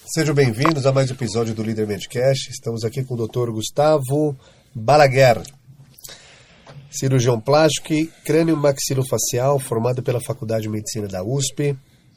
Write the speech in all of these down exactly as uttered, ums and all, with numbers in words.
Sejam bem-vindos a mais um episódio do Líder Medcast. Estamos aqui com o doutor Gustavo Balaguer, cirurgião plástico e crânio-maxilofacial, formado pela Faculdade de Medicina da U S P,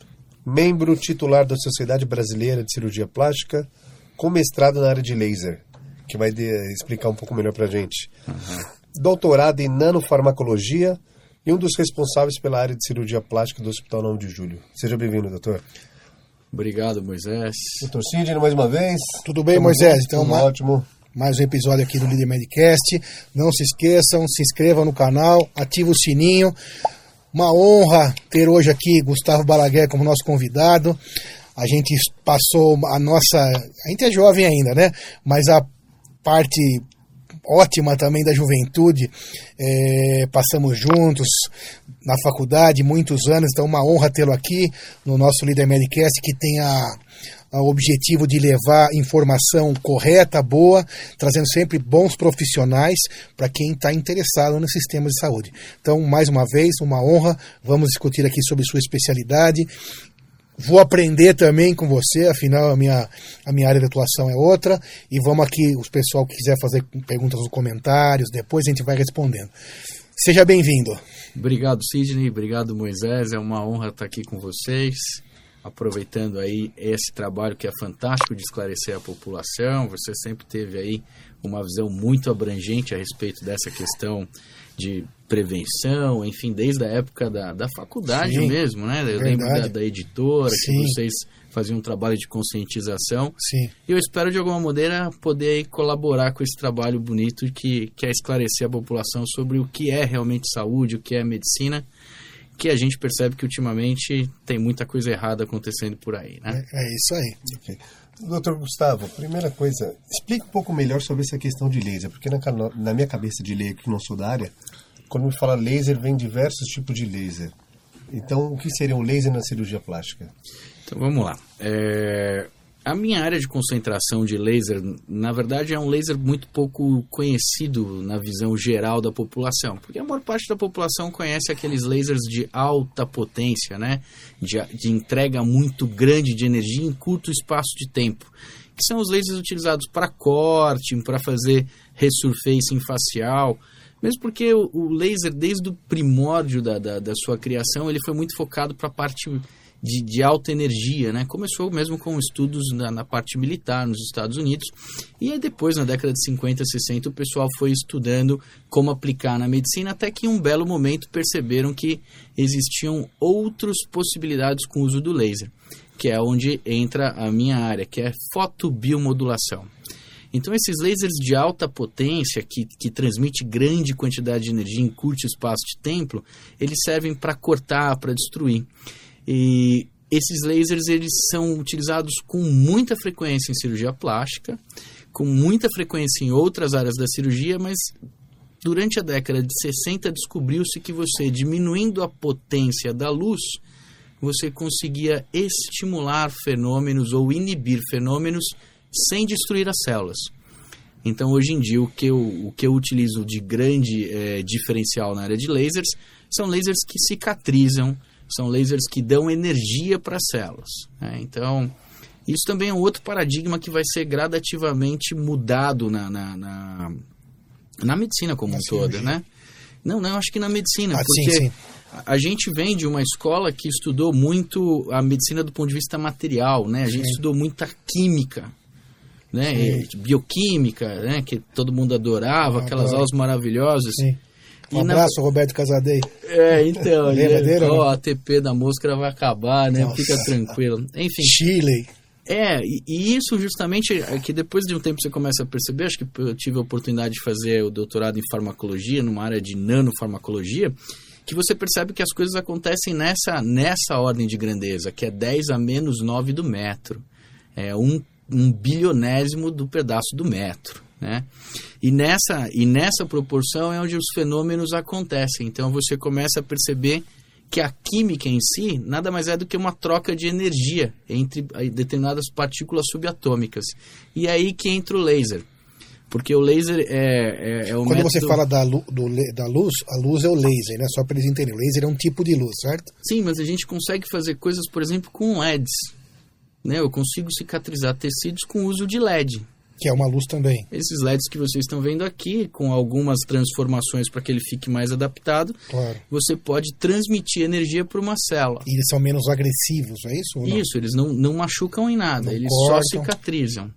membro titular da Sociedade Brasileira de Cirurgia Plástica, com mestrado na área de laser, que vai de, explicar um pouco melhor para a gente. Uhum. Doutorado em nanofarmacologia e um dos responsáveis pela área de cirurgia plástica do Hospital nove de Julho. Seja bem-vindo, doutor. Obrigado, Moisés. doutor Sidney, mais uma vez. Tudo bem, Moisés? Então, Tudo ótimo. Mais um episódio aqui do Líder Medcast. Não se esqueçam, se inscrevam no canal, ative o sininho. Uma honra ter hoje aqui Gustavo Balaguer como nosso convidado. A gente passou a nossa... A gente é jovem ainda, né? Mas a parte ótima também da juventude, é, passamos juntos na faculdade muitos anos, então uma honra tê-lo aqui no nosso Líder Medcast, que tem a, a objetivo de levar informação correta, boa, trazendo sempre bons profissionais para quem está interessado nos sistemas de saúde. Então, mais uma vez, uma honra, vamos discutir aqui sobre sua especialidade. Vou aprender também com você, afinal a minha, a minha área de atuação é outra. E vamos aqui, os pessoal que quiser fazer perguntas nos comentários, depois a gente vai respondendo. Seja bem-vindo. Obrigado, Sidney. Obrigado, Moisés. É uma honra estar aqui com vocês, aproveitando aí esse trabalho que é fantástico de esclarecer a população. Você sempre teve aí uma visão muito abrangente a respeito dessa questão de prevenção, enfim, desde a época da, da faculdade. Sim, mesmo, né? Eu verdade. lembro da, da editora, Sim. que vocês faziam um trabalho de conscientização. Sim. E eu espero, de alguma maneira, poder aí colaborar com esse trabalho bonito que, que é esclarecer a população sobre o que é realmente saúde, o que é medicina, que a gente percebe que, ultimamente, tem muita coisa errada acontecendo por aí, né? É, é isso aí. Okay. doutor Gustavo, primeira coisa, explica um pouco melhor sobre essa questão de laser, porque na, na minha cabeça de leigo, que não sou da área, quando me fala laser, vem diversos tipos de laser. Então, o que seria um laser na cirurgia plástica? Então, vamos lá. É... A minha área de concentração de laser, na verdade, é um laser muito pouco conhecido na visão geral da população, porque a maior parte da população conhece aqueles lasers de alta potência, né? de, de entrega muito grande de energia em curto espaço de tempo, que são os lasers utilizados para corte, para fazer resurfacing facial, mesmo porque o, o laser, desde o primórdio da, da, da sua criação, ele foi muito focado para a parte De, de alta energia, né? Começou mesmo com estudos na, na parte militar nos Estados Unidos, e aí depois, na década de cinquenta, sessenta, o pessoal foi estudando como aplicar na medicina, até que em um belo momento perceberam que existiam outras possibilidades com o uso do laser, que é onde entra a minha área, que é fotobiomodulação. Então, esses lasers de alta potência, que, que transmite grande quantidade de energia em curto espaço de tempo, eles servem para cortar, para destruir. E esses lasers, eles são utilizados com muita frequência em cirurgia plástica, com muita frequência em outras áreas da cirurgia, mas durante a década de sessenta descobriu-se que você, diminuindo a potência da luz, você conseguia estimular fenômenos ou inibir fenômenos sem destruir as células. Então, hoje em dia, o que eu, o que eu utilizo de grande é, diferencial na área de lasers são lasers que cicatrizam, são lasers que dão energia para as células. Né? Então, isso também é um outro paradigma que vai ser gradativamente mudado na, na, na, na medicina como um todo, né? Não, não, acho que na medicina, ah, porque sim, sim. a gente vem de uma escola que estudou muito a medicina do ponto de vista material, né? A gente sim. estudou muita química, né? E bioquímica, né? Que todo mundo adorava, ah, aquelas aulas maravilhosas. Sim. Um abraço, na... Roberto Casadei. É, então, Lembra dele, ó, a A T P da mosca vai acabar, né? Nossa. Fica tranquilo. Enfim. Chile. É, e, e isso justamente é que depois de um tempo você começa a perceber, acho que eu tive a oportunidade de fazer o doutorado em farmacologia, numa área de nanofarmacologia, que você percebe que as coisas acontecem nessa, nessa ordem de grandeza, que é dez a menos nove do metro. É um, um bilionésimo do pedaço do metro. Né? E, nessa, e nessa proporção é onde os fenômenos acontecem. Então você começa a perceber que a química em si nada mais é do que uma troca de energia entre determinadas partículas subatômicas. E é aí que entra o laser. Porque o laser é, é, é o Quando método... você fala da, lu, do, da luz, a luz é o laser, né? Só para eles entenderem. O laser é um tipo de luz, certo? Sim, mas a gente consegue fazer coisas, por exemplo, com L E Ds. né, eu consigo cicatrizar tecidos com o uso de L E D. Que é uma luz também. Esses L E Ds que vocês estão vendo aqui, com algumas transformações para que ele fique mais adaptado, Claro. você pode transmitir energia para uma célula. E eles são menos agressivos, é isso? Ou não? Isso, eles não, não machucam em nada, Não eles cortam. só cicatrizam.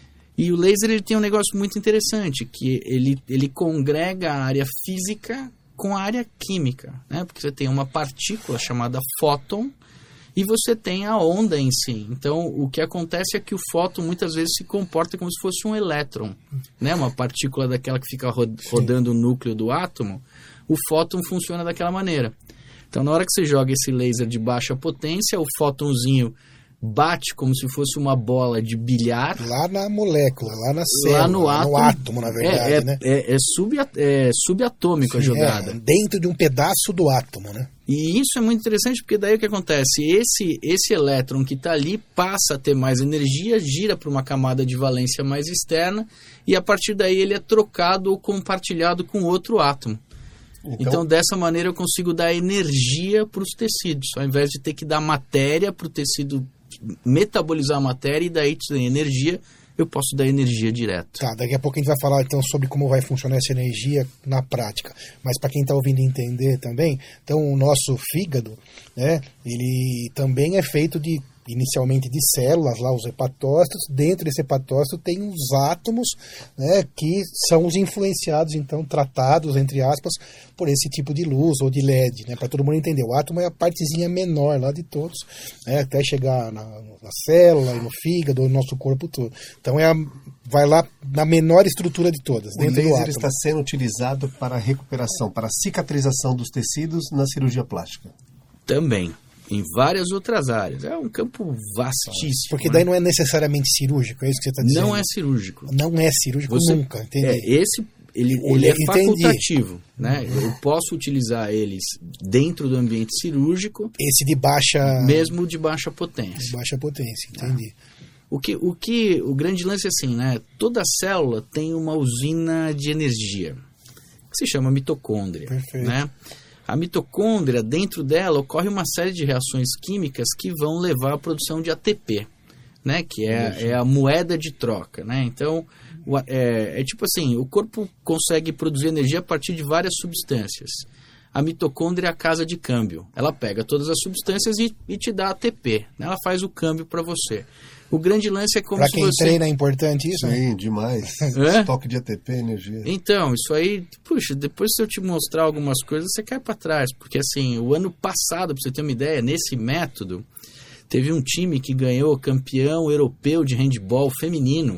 E o laser ele tem um negócio muito interessante, que ele, ele congrega a área física com a área química, né? Porque você tem uma partícula chamada fóton e você tem a onda em si. Então, o que acontece é que o fóton muitas vezes se comporta como se fosse um elétron, né? Uma partícula daquela que fica ro- rodando o núcleo do átomo. O fóton funciona daquela maneira. Então, na hora que você joga esse laser de baixa potência, o fótonzinho bate como se fosse uma bola de bilhar. Lá na molécula, lá na célula, Lá no átomo, no átomo, na verdade, é, é, né? é, é, sub, é subatômico a jogada. É, dentro de um pedaço do átomo, né? E isso é muito interessante porque daí o que acontece? Esse, esse elétron que está ali passa a ter mais energia, gira para uma camada de valência mais externa e a partir daí ele é trocado ou compartilhado com outro átomo. Então, então dessa maneira eu consigo dar energia para os tecidos, ao invés de ter que dar matéria para o tecido metabolizar a matéria e daí tem energia, eu posso dar energia direto. Tá, daqui a pouco a gente vai falar então sobre como vai funcionar essa energia na prática. Mas para quem está ouvindo entender também, então o nosso fígado, né, ele também é feito de inicialmente de células, lá os hepatócitos. Dentro desse hepatócito tem os átomos, né, que são os influenciados, então, tratados, entre aspas, por esse tipo de luz ou de L E D, né, para todo mundo entender. O átomo é a partezinha menor lá de todos, né, até chegar na, na célula, no fígado, no nosso corpo todo. Então, é a, vai lá na menor estrutura de todas, o dentro do laser átomo. está sendo utilizado para a recuperação, para a cicatrização dos tecidos na cirurgia plástica. Também. Em várias outras áreas. É um campo vastíssimo. Porque né? daí não é necessariamente cirúrgico, é isso que você está dizendo? Não é cirúrgico. Não é cirúrgico Você, nunca, entendi. É, esse, ele, ele é Entendi. facultativo. Né? Eu posso utilizar eles dentro do ambiente cirúrgico, Esse de baixa... mesmo de baixa De potência. baixa potência, entendi. O que, o que o grande lance é assim, né? Toda célula tem uma usina de energia, que se chama mitocôndria. Perfeito. Né? A mitocôndria, dentro dela, ocorre uma série de reações químicas que vão levar à produção de A T P, né? Que é, é a moeda de troca. Né? Então, o, é, é tipo assim, o corpo consegue produzir energia a partir de várias substâncias. A mitocôndria é a casa de câmbio. Ela pega todas as substâncias e, e te dá A T P. Né? Ela faz o câmbio para você. O grande lance é como Pra se quem você... treina é importante isso? né? Sim, demais. É? Estoque de A T P, energia. Então, isso aí, puxa, depois se eu te mostrar algumas coisas, você cai para trás. Porque assim, o ano passado, para você ter uma ideia, nesse método, teve um time que ganhou campeão europeu de handball feminino.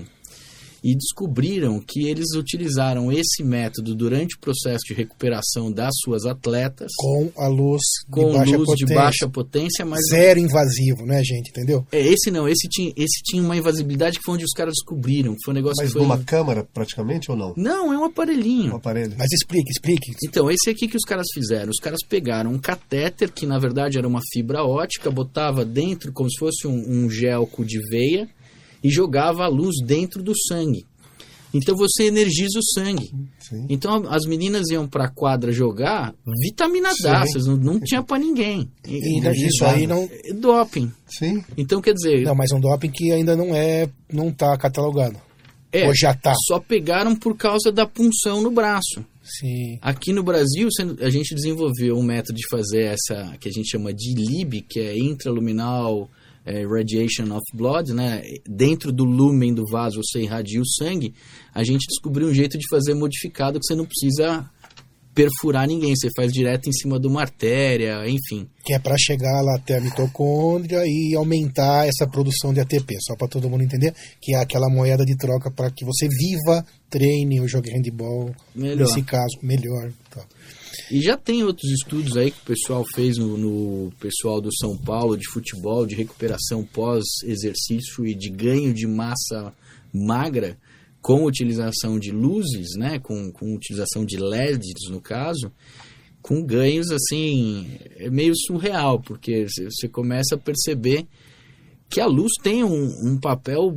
E descobriram que eles utilizaram esse método durante o processo de recuperação das suas atletas. Com a luz com de baixa luz potência. de baixa potência, mas... Zero invasivo, né, gente? Entendeu? É, esse não, esse tinha, esse tinha uma invasibilidade que foi onde os caras descobriram. Que foi um negócio Mas que foi... numa câmara, praticamente, ou não? Não, é um aparelhinho. Um aparelho. Mas explique, explique. Então, esse aqui que os caras fizeram. Os caras pegaram um catéter, que na verdade era uma fibra ótica, botava dentro como se fosse um, um gelco de veia e jogava a luz dentro do sangue. Então você energiza o sangue. Sim. Então as meninas iam pra quadra jogar vitaminadaças, não, não tinha pra ninguém. E Energia isso aí dada. não... É doping. Sim. Então quer dizer, Não, mas um doping que ainda não é... Não tá catalogado. é, Ou já tá. só pegaram por causa da punção no braço. Sim. Aqui no Brasil, sendo- a gente desenvolveu um método de fazer essa, que a gente chama de I L I B, que é intraluminal eh, radiation of blood, né? Dentro do lúmen do vaso você irradia o sangue. A gente descobriu um jeito de fazer modificado que você não precisa perfurar ninguém, você faz direto em cima de uma artéria, enfim. Que é para chegar lá até a mitocôndria e aumentar essa produção de A T P. Só para todo mundo entender que é aquela moeda de troca para que você viva, treine ou jogue handball. Melhor. Nesse caso, melhor. Tá. E já tem outros estudos aí que o pessoal fez no, no pessoal do São Paulo de futebol, de recuperação pós-exercício e de ganho de massa magra com utilização de luzes, né, com, com utilização de L E Ds no caso, com ganhos assim, é meio surreal, porque você começa a perceber que a luz tem um, um papel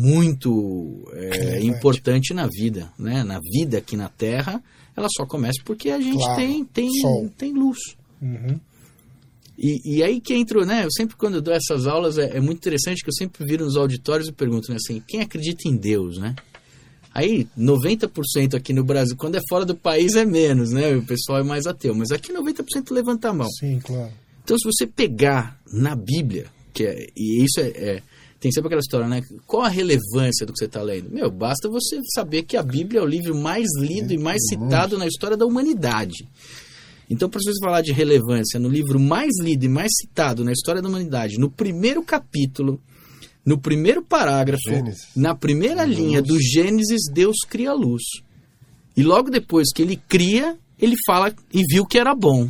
muito é, importante na vida, né? Na vida aqui na Terra, ela só começa porque a gente Claro, tem, tem, sol. tem luz. Uhum. E, e aí que entra, né? Eu sempre, quando eu dou essas aulas, é, é muito interessante que eu sempre viro nos auditórios e pergunto, né, assim, quem acredita em Deus, né? Aí, noventa por cento aqui no Brasil, quando é fora do país é menos, né? O pessoal é mais ateu. Mas aqui noventa por cento levanta a mão. Sim, claro. Então, se você pegar na Bíblia, que é, e isso é, é... Tem sempre aquela história, né? Qual a relevância do que você está lendo? Meu, basta você saber que a Bíblia é o livro mais lido e mais citado na história da humanidade. Então, para você falar de relevância no livro mais lido e mais citado na história da humanidade, no primeiro capítulo, no primeiro parágrafo, Gênesis. na primeira linha do Gênesis, Deus cria a luz. E logo depois que ele cria, ele fala e viu que era bom.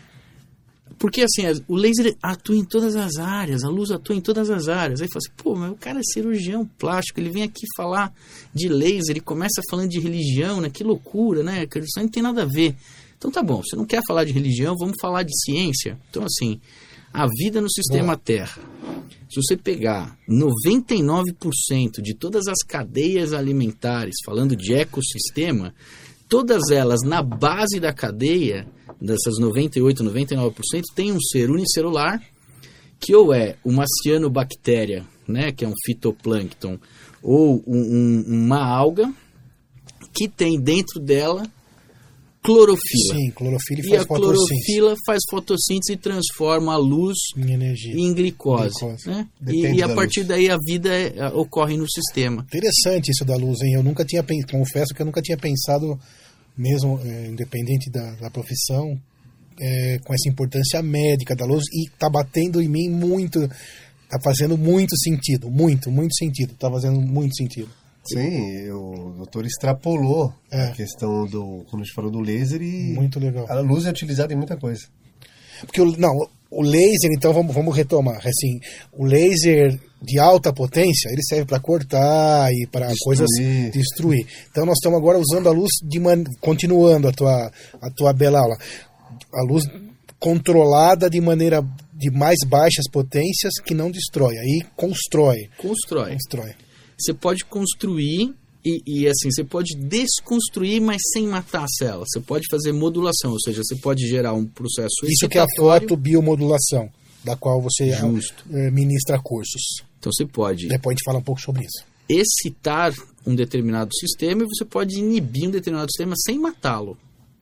Porque assim, o laser atua em todas as áreas, a luz atua em todas as áreas. Aí fala assim, pô, mas o cara é cirurgião plástico, ele vem aqui falar de laser e começa falando de religião, né? Que loucura, né? Isso não tem nada a ver. Então tá bom, você não quer falar de religião, vamos falar de ciência. Então assim, a vida no sistema Boa. Terra, se você pegar noventa e nove por cento de todas as cadeias alimentares, falando de ecossistema, todas elas na base da cadeia, dessas noventa e oito, noventa e nove por cento, tem um ser unicelular, que ou é uma cianobactéria, né, que é um fitoplâncton, ou um, um, uma alga, que tem dentro dela clorofila. Sim, clorofila e, e faz a fotossíntese. clorofila faz fotossíntese e transforma a luz em energia, em glicose. glicose. Né? E, e a partir luz. daí a vida é, ocorre no sistema. Interessante isso da luz, hein? Eu nunca tinha pensado, confesso que eu nunca tinha pensado, mesmo é, independente da, da profissão, é, com essa importância médica da luz, e tá batendo em mim muito, tá fazendo muito sentido, muito, muito sentido, tá fazendo muito sentido. Sim, o doutor extrapolou É. a questão do, quando a gente falou do laser, e Muito legal. a luz é utilizada em muita coisa. Porque, o, não, o laser, então, vamos, vamos retomar, assim, o laser de alta potência, ele serve para cortar e para coisas destruir. Então, nós estamos agora usando a luz, de man, continuando a tua, a tua bela aula, a luz controlada de maneira de mais baixas potências que não destrói, aí constrói. Constrói. Constrói. Você pode construir e, e assim, você pode desconstruir, mas sem matar a célula. Você pode fazer modulação, ou seja, você pode gerar um processo Isso que é a fotobiomodulação, da qual você Justo. eh, ministra cursos. Então você pode Depois a gente fala um pouco sobre isso. excitar um determinado sistema e você pode inibir um determinado sistema sem matá-lo.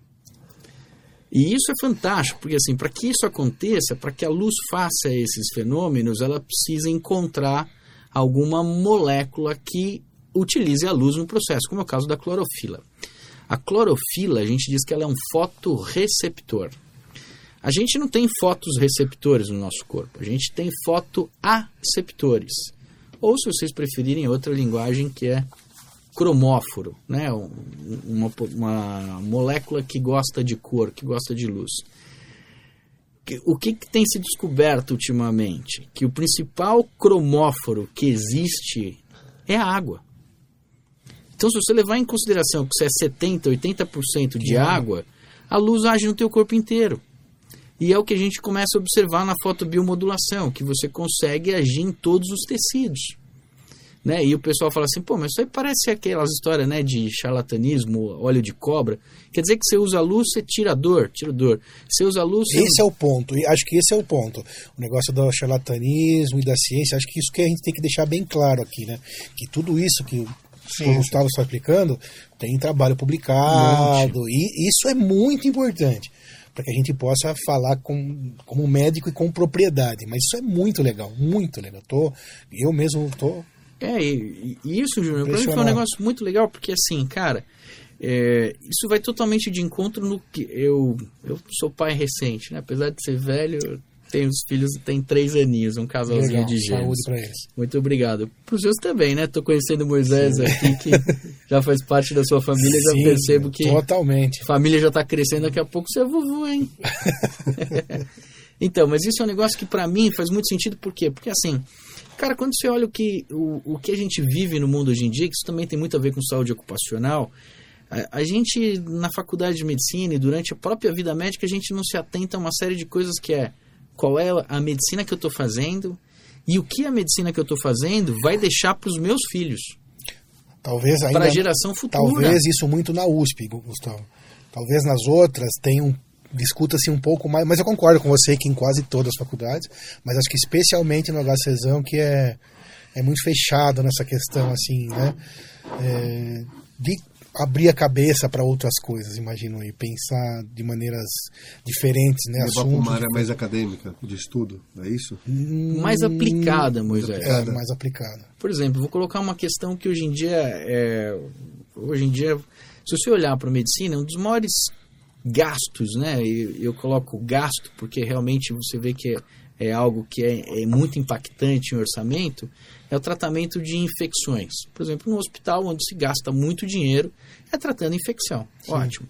E isso é fantástico, porque assim, para que isso aconteça, para que a luz faça esses fenômenos, ela precisa encontrar alguma molécula que utilize a luz no processo, como é o caso da clorofila. A clorofila, a gente diz que ela é um fotorreceptor. A gente não tem fotorreceptores no nosso corpo, a gente tem fotoaceptores. Ou, se vocês preferirem, outra linguagem que é cromóforo, né? uma, uma molécula que gosta de cor, que gosta de luz. O que, que tem se descoberto ultimamente? Que o principal cromóforo que existe é a água. Então, se você levar em consideração que você é setenta por cento, oitenta por cento de água, a luz age no teu corpo inteiro. E é o que a gente começa a observar na fotobiomodulação, que você consegue agir em todos os tecidos. Né? E o pessoal fala assim, pô, mas isso aí parece aquelas histórias, né, de charlatanismo, óleo de cobra. Quer dizer que você usa a luz, você tira a dor, tira a dor. Você usa a luz... Você... Esse é o ponto, e acho que esse é o ponto. O negócio do charlatanismo e da ciência, acho que isso que a gente tem que deixar bem claro aqui, né? Que tudo isso que o Gustavo está explicando, tem trabalho publicado, muito. E isso é muito importante, para que a gente possa falar com, como médico e com propriedade. Mas isso é muito legal, muito legal. Tô, eu mesmo estou... É, e, e isso, Júnior, pra mim foi um negócio muito legal, porque assim, cara, é, isso vai totalmente de encontro no que eu, eu sou pai recente, né? Apesar de ser velho, eu tenho os filhos, tem três aninhos, um casalzinho legal, de gêmeos. Saúde pra eles. Muito obrigado. Pros seus também, né? Tô conhecendo o Moisés Sim. aqui, que já faz parte da sua família, Sim, já percebo que totalmente. A família já tá crescendo, daqui a pouco você é vovô, hein? Então, mas isso é um negócio que pra mim faz muito sentido, por quê? Porque assim... Cara, quando você olha o que, o, o que a gente vive no mundo hoje em dia, que isso também tem muito a ver com saúde ocupacional, a, a gente, na faculdade de medicina e durante a própria vida médica, a gente não se atenta a uma série de coisas que é qual é a medicina que eu estou fazendo e o que a medicina que eu estou fazendo vai deixar para os meus filhos. Talvez ainda... Para a geração futura. Talvez isso muito na U S P, Gustavo. Talvez nas outras tenham discuta-se um pouco mais, mas eu concordo com você que em quase todas as faculdades, mas acho que especialmente no HCzão, que é, é muito fechado nessa questão, assim, né? É, de abrir a cabeça para outras coisas, imagino, e pensar de maneiras diferentes, né? Levar para uma área mais acadêmica, de estudo, é isso? Mais aplicada, Moisés. É, mais aplicada. Por exemplo, vou colocar uma questão que hoje em dia, é, hoje em dia, se você olhar para a medicina, um dos maiores gastos, né? Eu, eu coloco gasto porque realmente você vê que é, é algo que é, é muito impactante em orçamento, é o tratamento de infecções. Por exemplo, no hospital onde se gasta muito dinheiro, é tratando infecção. Sim. Ótimo.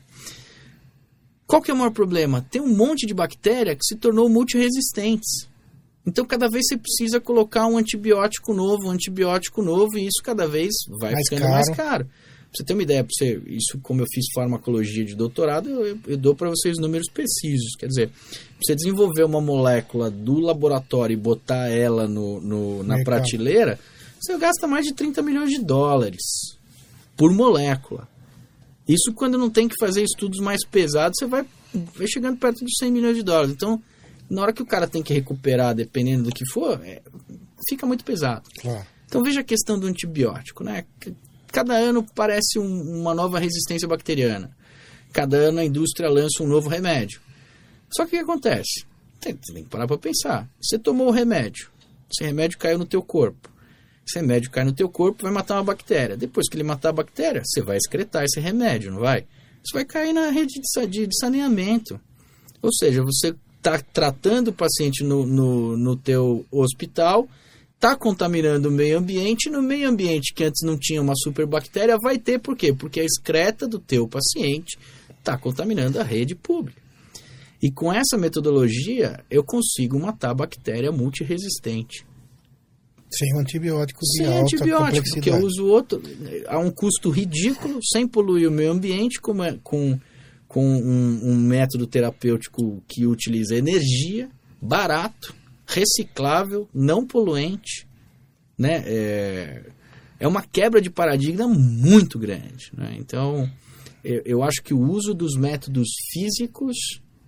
Qual que é o maior problema? Tem um monte de bactéria que se tornou multiresistentes. Então, cada vez você precisa colocar um antibiótico novo, um antibiótico novo, e isso cada vez vai mais ficando caro. mais caro. Pra você ter uma ideia, pra você, isso como eu fiz farmacologia de doutorado, eu, eu dou para vocês números precisos. Quer dizer, pra você desenvolver uma molécula do laboratório e botar ela no, no, na Mercado. prateleira, você gasta mais de trinta milhões de dólares por molécula. Isso quando não tem que fazer estudos mais pesados, você vai, vai chegando perto dos cem milhões de dólares. Então, na hora que o cara tem que recuperar, dependendo do que for, é, fica muito pesado. Claro. Então, veja a questão do antibiótico, né? Cada ano parece um, uma nova resistência bacteriana. Cada ano a indústria lança um novo remédio. Só que o que acontece? Tem, tem que parar para pensar. Você tomou o remédio. Esse remédio caiu no teu corpo. Esse remédio cai no teu corpo, vai matar uma bactéria. Depois que ele matar a bactéria, você vai excretar esse remédio, não vai? Isso vai cair na rede de, de saneamento. Ou seja, você está tratando o paciente no, no, no teu hospital, está contaminando o meio ambiente. No meio ambiente que antes não tinha uma superbactéria, vai ter. Por quê? Porque a excreta do teu paciente está contaminando a rede pública. E com essa metodologia, eu consigo matar a bactéria multiresistente. Sem um antibiótico de sem alta antibiótico, porque eu uso outro a um custo ridículo, sem poluir o meio ambiente, com, uma, com, com um, um método terapêutico que utiliza energia, barato, reciclável, não poluente, né? É, é uma quebra de paradigma muito grande, né? Então, eu, eu acho que o uso dos métodos físicos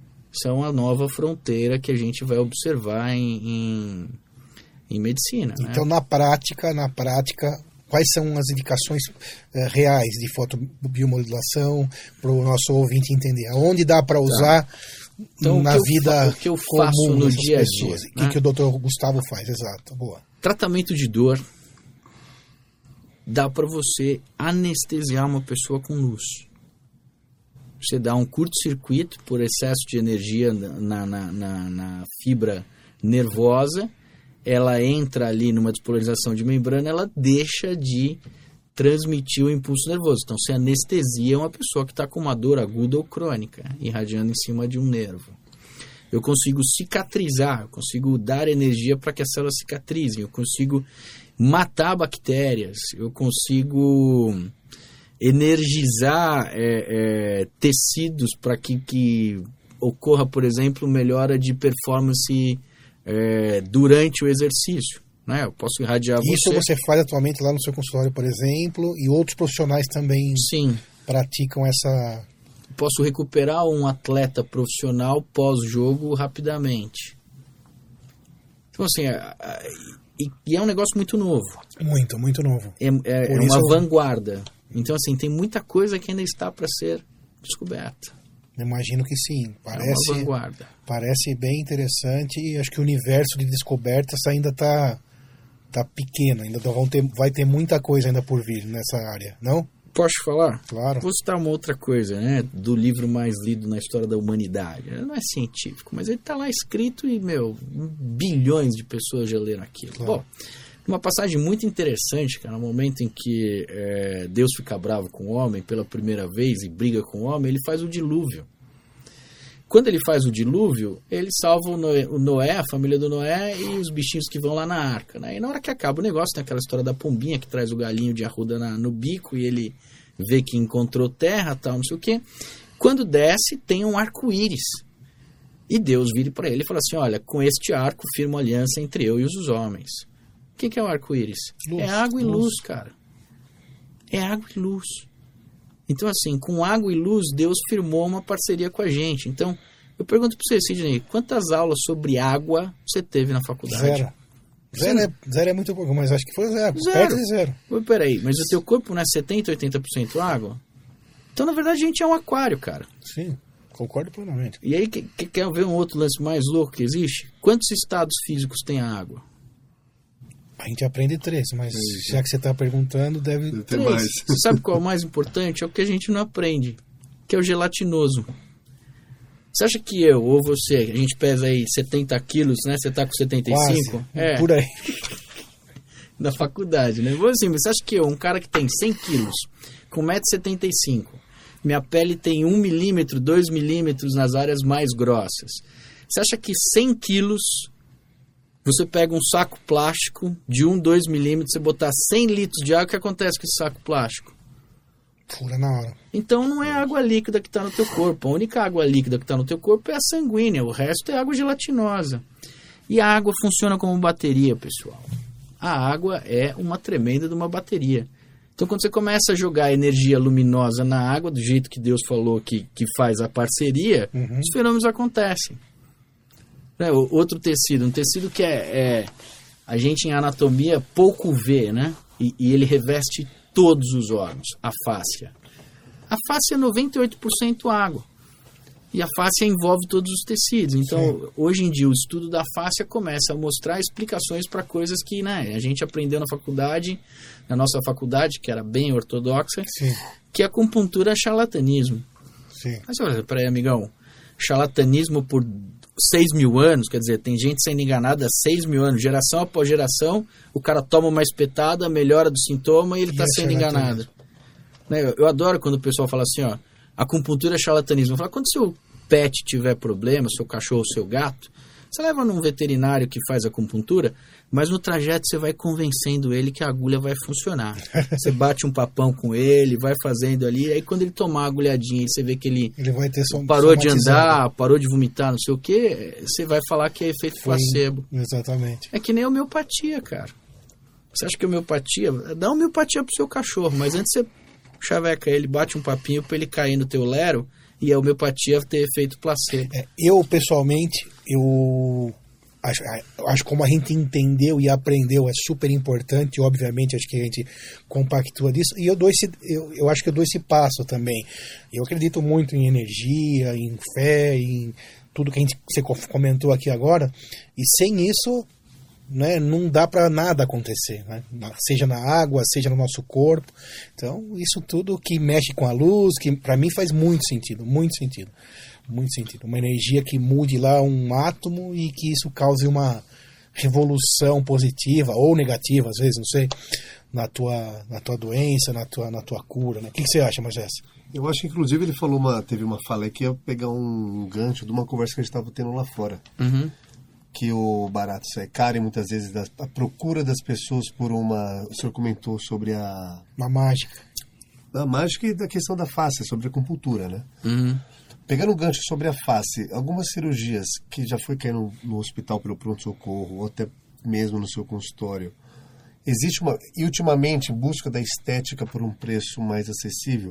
são a nova fronteira que a gente vai observar em, em, em medicina. Então, né? na prática, na prática, quais são as indicações uh, reais de fotobiomodulação para o nosso ouvinte entender? Aonde dá para usar tá. então, na o vida fa- o que eu faço comum no dessas dia a pessoas? dia? O Né? que, que o doutor Gustavo faz? Exato, boa. Tratamento de dor. Dá para você anestesiar uma pessoa com luz. Você dá um curto-circuito por excesso de energia na, na, na, na fibra nervosa, ela entra ali numa despolarização de membrana, ela deixa de transmitir o impulso nervoso. Então, você anestesia uma pessoa que está com uma dor aguda ou crônica, irradiando em cima de um nervo. Eu consigo cicatrizar, eu consigo dar energia para que as células cicatrizem, eu consigo matar bactérias, eu consigo energizar é, é, tecidos para que, que ocorra, por exemplo, melhora de performance é, durante o exercício. Né? Eu posso irradiar Isso você. Isso você faz atualmente lá no seu consultório, por exemplo, e outros profissionais também Sim. praticam essa... Posso recuperar um atleta profissional pós-jogo rapidamente. Então, assim, é, é, e, e é um negócio muito novo. Muito, muito novo. É, é, é uma eu... vanguarda. Então, assim, tem muita coisa que ainda está para ser descoberta. Imagino que sim. Parece, é uma vanguarda. Parece bem interessante e acho que o universo de descobertas ainda está tá pequeno. Ainda vão ter, vai ter muita coisa ainda por vir nessa área, não? Posso falar? Claro. Vou citar uma outra coisa, né? Do livro mais lido na história da humanidade. Não é científico, mas ele está lá escrito e, meu, bilhões de pessoas já leram aquilo. Claro. Bom, uma passagem muito interessante, cara, no momento em que é, Deus fica bravo com o homem pela primeira vez e briga com o homem, ele faz o dilúvio. Quando ele faz o dilúvio, ele salva o Noé, o Noé, a família do Noé e os bichinhos que vão lá na arca. Né? E na hora que acaba o negócio, tem aquela história da pombinha que traz o galinho de arruda na, no bico e ele vê que encontrou terra, tal, não sei o quê. Quando desce, tem um arco-íris. E Deus vira para ele e fala assim, olha, com este arco firmo aliança entre eu e os homens. O que, que é o arco-íris? É água e luz, luz, cara. É água e luz. Então, assim, com água e luz, Deus firmou uma parceria com a gente. Então, Eu pergunto para você, Sidney, quantas aulas sobre água você teve na faculdade? Zero. Zero é, zero é muito pouco, mas acho que foi zero. Zero. Perto de zero. Mas, peraí, mas o teu corpo não é setenta, oitenta por cento água? Então, na verdade, a gente é um aquário, cara. Sim, concordo plenamente. E aí, que, que, quer ver um outro lance mais louco que existe? Quantos estados físicos tem a água? A gente aprende três, mas Sim. já que você está perguntando, deve ter três. mais. Você sabe qual é o mais importante? É o que a gente não aprende, que é o gelatinoso. Você acha que eu ou você, a gente pesa aí setenta quilos, né? Você tá com setenta e cinco? Quase, É. por aí. Na faculdade, né? Vou assim, mas você acha que eu, um cara que tem cem quilos, com um metro e setenta e cinco, minha pele tem um milímetro, dois milímetros nas áreas mais grossas. Você acha que cem quilos, você pega um saco plástico de um, dois milímetros, você botar cem litros de água, o que acontece com esse saco plástico? Fura na hora. Então não é a água líquida que está no teu corpo. A única água líquida que está no teu corpo é a sanguínea. O resto é água gelatinosa. E a água funciona como bateria, pessoal. A água é uma tremenda de uma bateria. Então quando você começa a jogar energia luminosa na água, do jeito que Deus falou que, que faz a parceria, uhum. os fenômenos acontecem. É, outro tecido, um tecido que é, é a gente em anatomia pouco vê, né? E, e ele reveste todos os órgãos, a fáscia. A fáscia é noventa e oito por cento água. E a fáscia envolve todos os tecidos. Então, Sim. hoje em dia, o estudo da fáscia começa a mostrar explicações para coisas que, né, a gente aprendeu na faculdade, na nossa faculdade, que era bem ortodoxa, Sim. que a acupuntura é charlatanismo. Sim. Mas olha, peraí, amigão, charlatanismo por seis mil anos, quer dizer, tem gente sendo enganada há seis mil anos, geração após geração, o cara toma uma espetada, melhora do sintoma e ele está sendo enganado. Né, eu, eu adoro quando o pessoal fala assim, ó, acupuntura é charlatanismo. Eu falo, quando seu pet tiver problema, seu cachorro, seu gato, você leva num veterinário que faz acupuntura, mas no trajeto você vai convencendo ele que a agulha vai funcionar. Você bate um papão com ele, vai fazendo ali, aí quando ele tomar a agulhadinha e você vê que ele, ele vai ter som, parou de andar, parou de vomitar, não sei o que, você vai falar que é efeito Foi, placebo. Exatamente. É que nem homeopatia, cara. Você acha que homeopatia... Dá homeopatia pro seu cachorro, mas antes você chaveca ele, bate um papinho pra ele cair no teu lero e a homeopatia ter efeito placebo. É, eu, pessoalmente, eu acho, acho como a gente entendeu e aprendeu é super importante, obviamente, acho que a gente compactua disso, e eu, dou esse, eu, eu acho que eu dou esse passo também. Eu acredito muito em energia, em fé, em tudo que a gente, você comentou aqui agora, e sem isso... Né, não dá para nada acontecer, né? Seja na água, seja no nosso corpo. Então, isso tudo que mexe com a luz, que para mim faz muito sentido, muito sentido, muito sentido. Uma energia que mude lá um átomo e que isso cause uma revolução positiva ou negativa, às vezes, não sei, na tua, na tua doença, na tua, na tua cura, né? O que, que você acha, Moisés? Eu acho que, inclusive, ele falou uma, teve uma fala aí que ia pegar um gancho de uma conversa que a gente estava tendo lá fora. Uhum. Que o barato é caro e muitas vezes da, a procura das pessoas por uma... O senhor comentou sobre a... Uma mágica. A mágica e da questão da face, sobre a acupuntura, né? Uhum. Pegando o gancho sobre a face, algumas cirurgias que já foi cair no, no hospital pelo pronto-socorro ou até mesmo no seu consultório, existe uma... E ultimamente, em busca da estética por um preço mais acessível,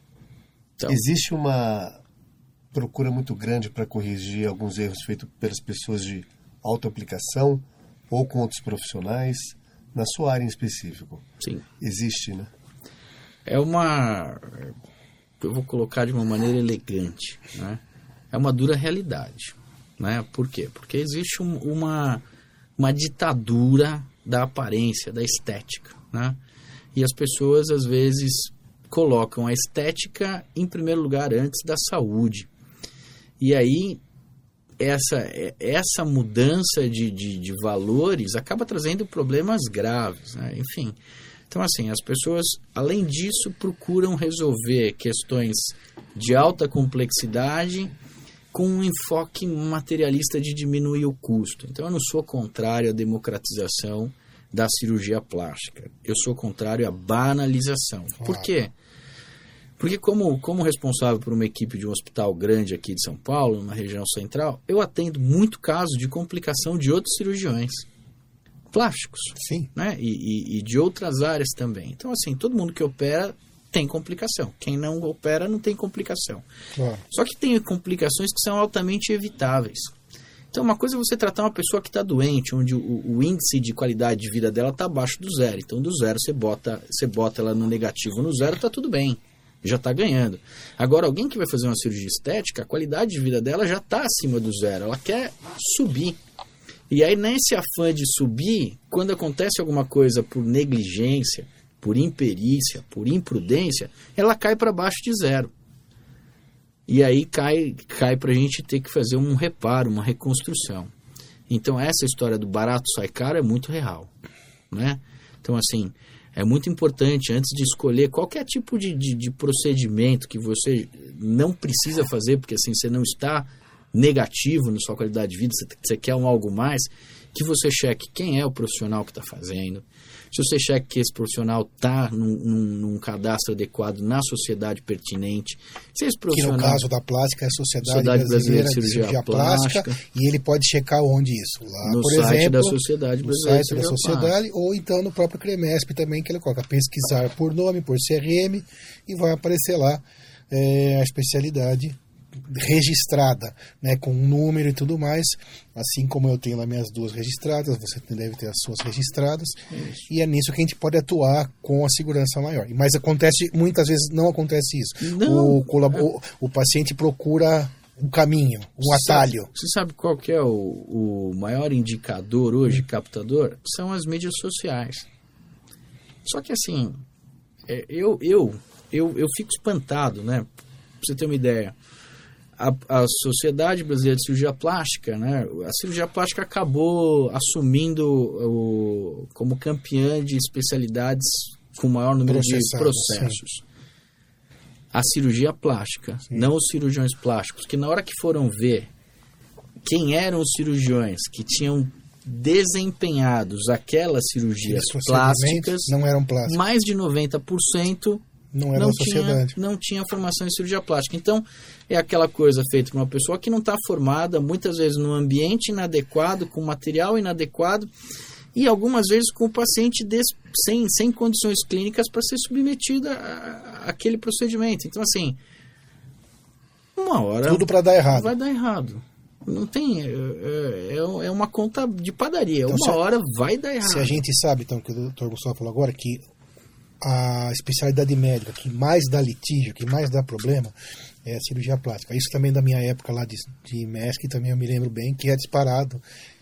então, existe uma procura muito grande para corrigir alguns erros feitos pelas pessoas de autoaplicação ou com outros profissionais, na sua área em específico? Sim. Existe, né? É uma... Eu vou colocar de uma maneira elegante, né? É uma dura realidade, né? Por quê? Porque existe um, uma, uma ditadura da aparência, da estética, né? E as pessoas, às vezes, colocam a estética em primeiro lugar antes da saúde. E aí... Essa, essa mudança de, de, de valores acaba trazendo problemas graves, né? Enfim, então assim, as pessoas, além disso, procuram resolver questões de alta complexidade com um enfoque materialista de diminuir o custo. Então eu não sou contrário à democratização da cirurgia plástica, eu sou contrário à banalização. Por quê? Porque como, como responsável por uma equipe de um hospital grande aqui de São Paulo, na região central, eu atendo muito caso de complicação de outros cirurgiões plásticos. Sim. Né? E, e, e de outras áreas também. Então, assim, todo mundo que opera tem complicação. Quem não opera não tem complicação. Claro. Só que tem complicações que são altamente evitáveis. Então, uma coisa é você tratar uma pessoa que está doente, onde o, o índice de qualidade de vida dela está abaixo do zero. Então, do zero, você bota, você bota ela no negativo, no zero, está tudo bem. Já está ganhando. Agora, alguém que vai fazer uma cirurgia estética, a qualidade de vida dela já está acima do zero. Ela quer subir. E aí, nesse afã de subir, quando acontece alguma coisa por negligência, por imperícia, por imprudência, ela cai para baixo de zero. E aí cai, cai para a gente ter que fazer um reparo, uma reconstrução. Então, essa história do barato sai caro é muito real, né? Então, assim, é muito importante, antes de escolher qualquer tipo de, de, de procedimento que você não precisa fazer, porque assim, você não está negativo na sua qualidade de vida, você, você quer um algo mais, que você cheque quem é o profissional que está fazendo, se você cheque que esse profissional está num, num, num cadastro adequado na sociedade pertinente, se esse profissional... Que no caso da plástica é a Sociedade, Sociedade Brasileira, Brasileira de Cirurgia, Cirurgia Plástica, Plástica, e ele pode checar onde isso? Lá, no por site exemplo, da Sociedade no Brasileira site de da Cirurgia Sociedade, ou então no próprio CREMESP também, que ele coloca pesquisar por nome, por C R M, e vai aparecer lá é, a especialidade registrada, né, com um número e tudo mais, assim como eu tenho lá minhas duas registradas, você deve ter as suas registradas. Isso. E é nisso que a gente pode atuar com a segurança maior. Mas acontece, muitas vezes não acontece isso. Não, o, colab- é... o, o paciente procura um caminho, um você atalho. Sabe, você sabe qual que é o, o maior indicador hoje, hum. captador? São as mídias sociais. Só que assim, é, eu, eu, eu, eu fico espantado, né? Pra você ter uma ideia. A, a Sociedade Brasileira de Cirurgia Plástica, né? A cirurgia plástica acabou assumindo o, como campeã de especialidades com maior número de processos. Sim. A cirurgia plástica, sim. Não os cirurgiões plásticos, que na hora que foram ver quem eram os cirurgiões que tinham desempenhados aquelas cirurgias plásticas, não eram plásticas. Mais de noventa por cento não era não a sociedade. Tinha, não tinha formação em cirurgia plástica. Então, é aquela coisa feita por uma pessoa que não está formada, muitas vezes num ambiente inadequado, com material inadequado, e algumas vezes com o paciente des, sem, sem condições clínicas para ser submetido a, a aquele procedimento. Então, assim, uma hora... Tudo para dar errado. Vai dar errado. Não tem... É, é, é uma conta de padaria. Então, uma se, hora vai dar errado. Se a gente sabe, então, que o doutor Gustavo falou agora, que a especialidade médica que mais dá litígio, que mais dá problema, é a cirurgia plástica. Isso também da minha época lá de, de M E S C, também eu me lembro bem, que é disparado.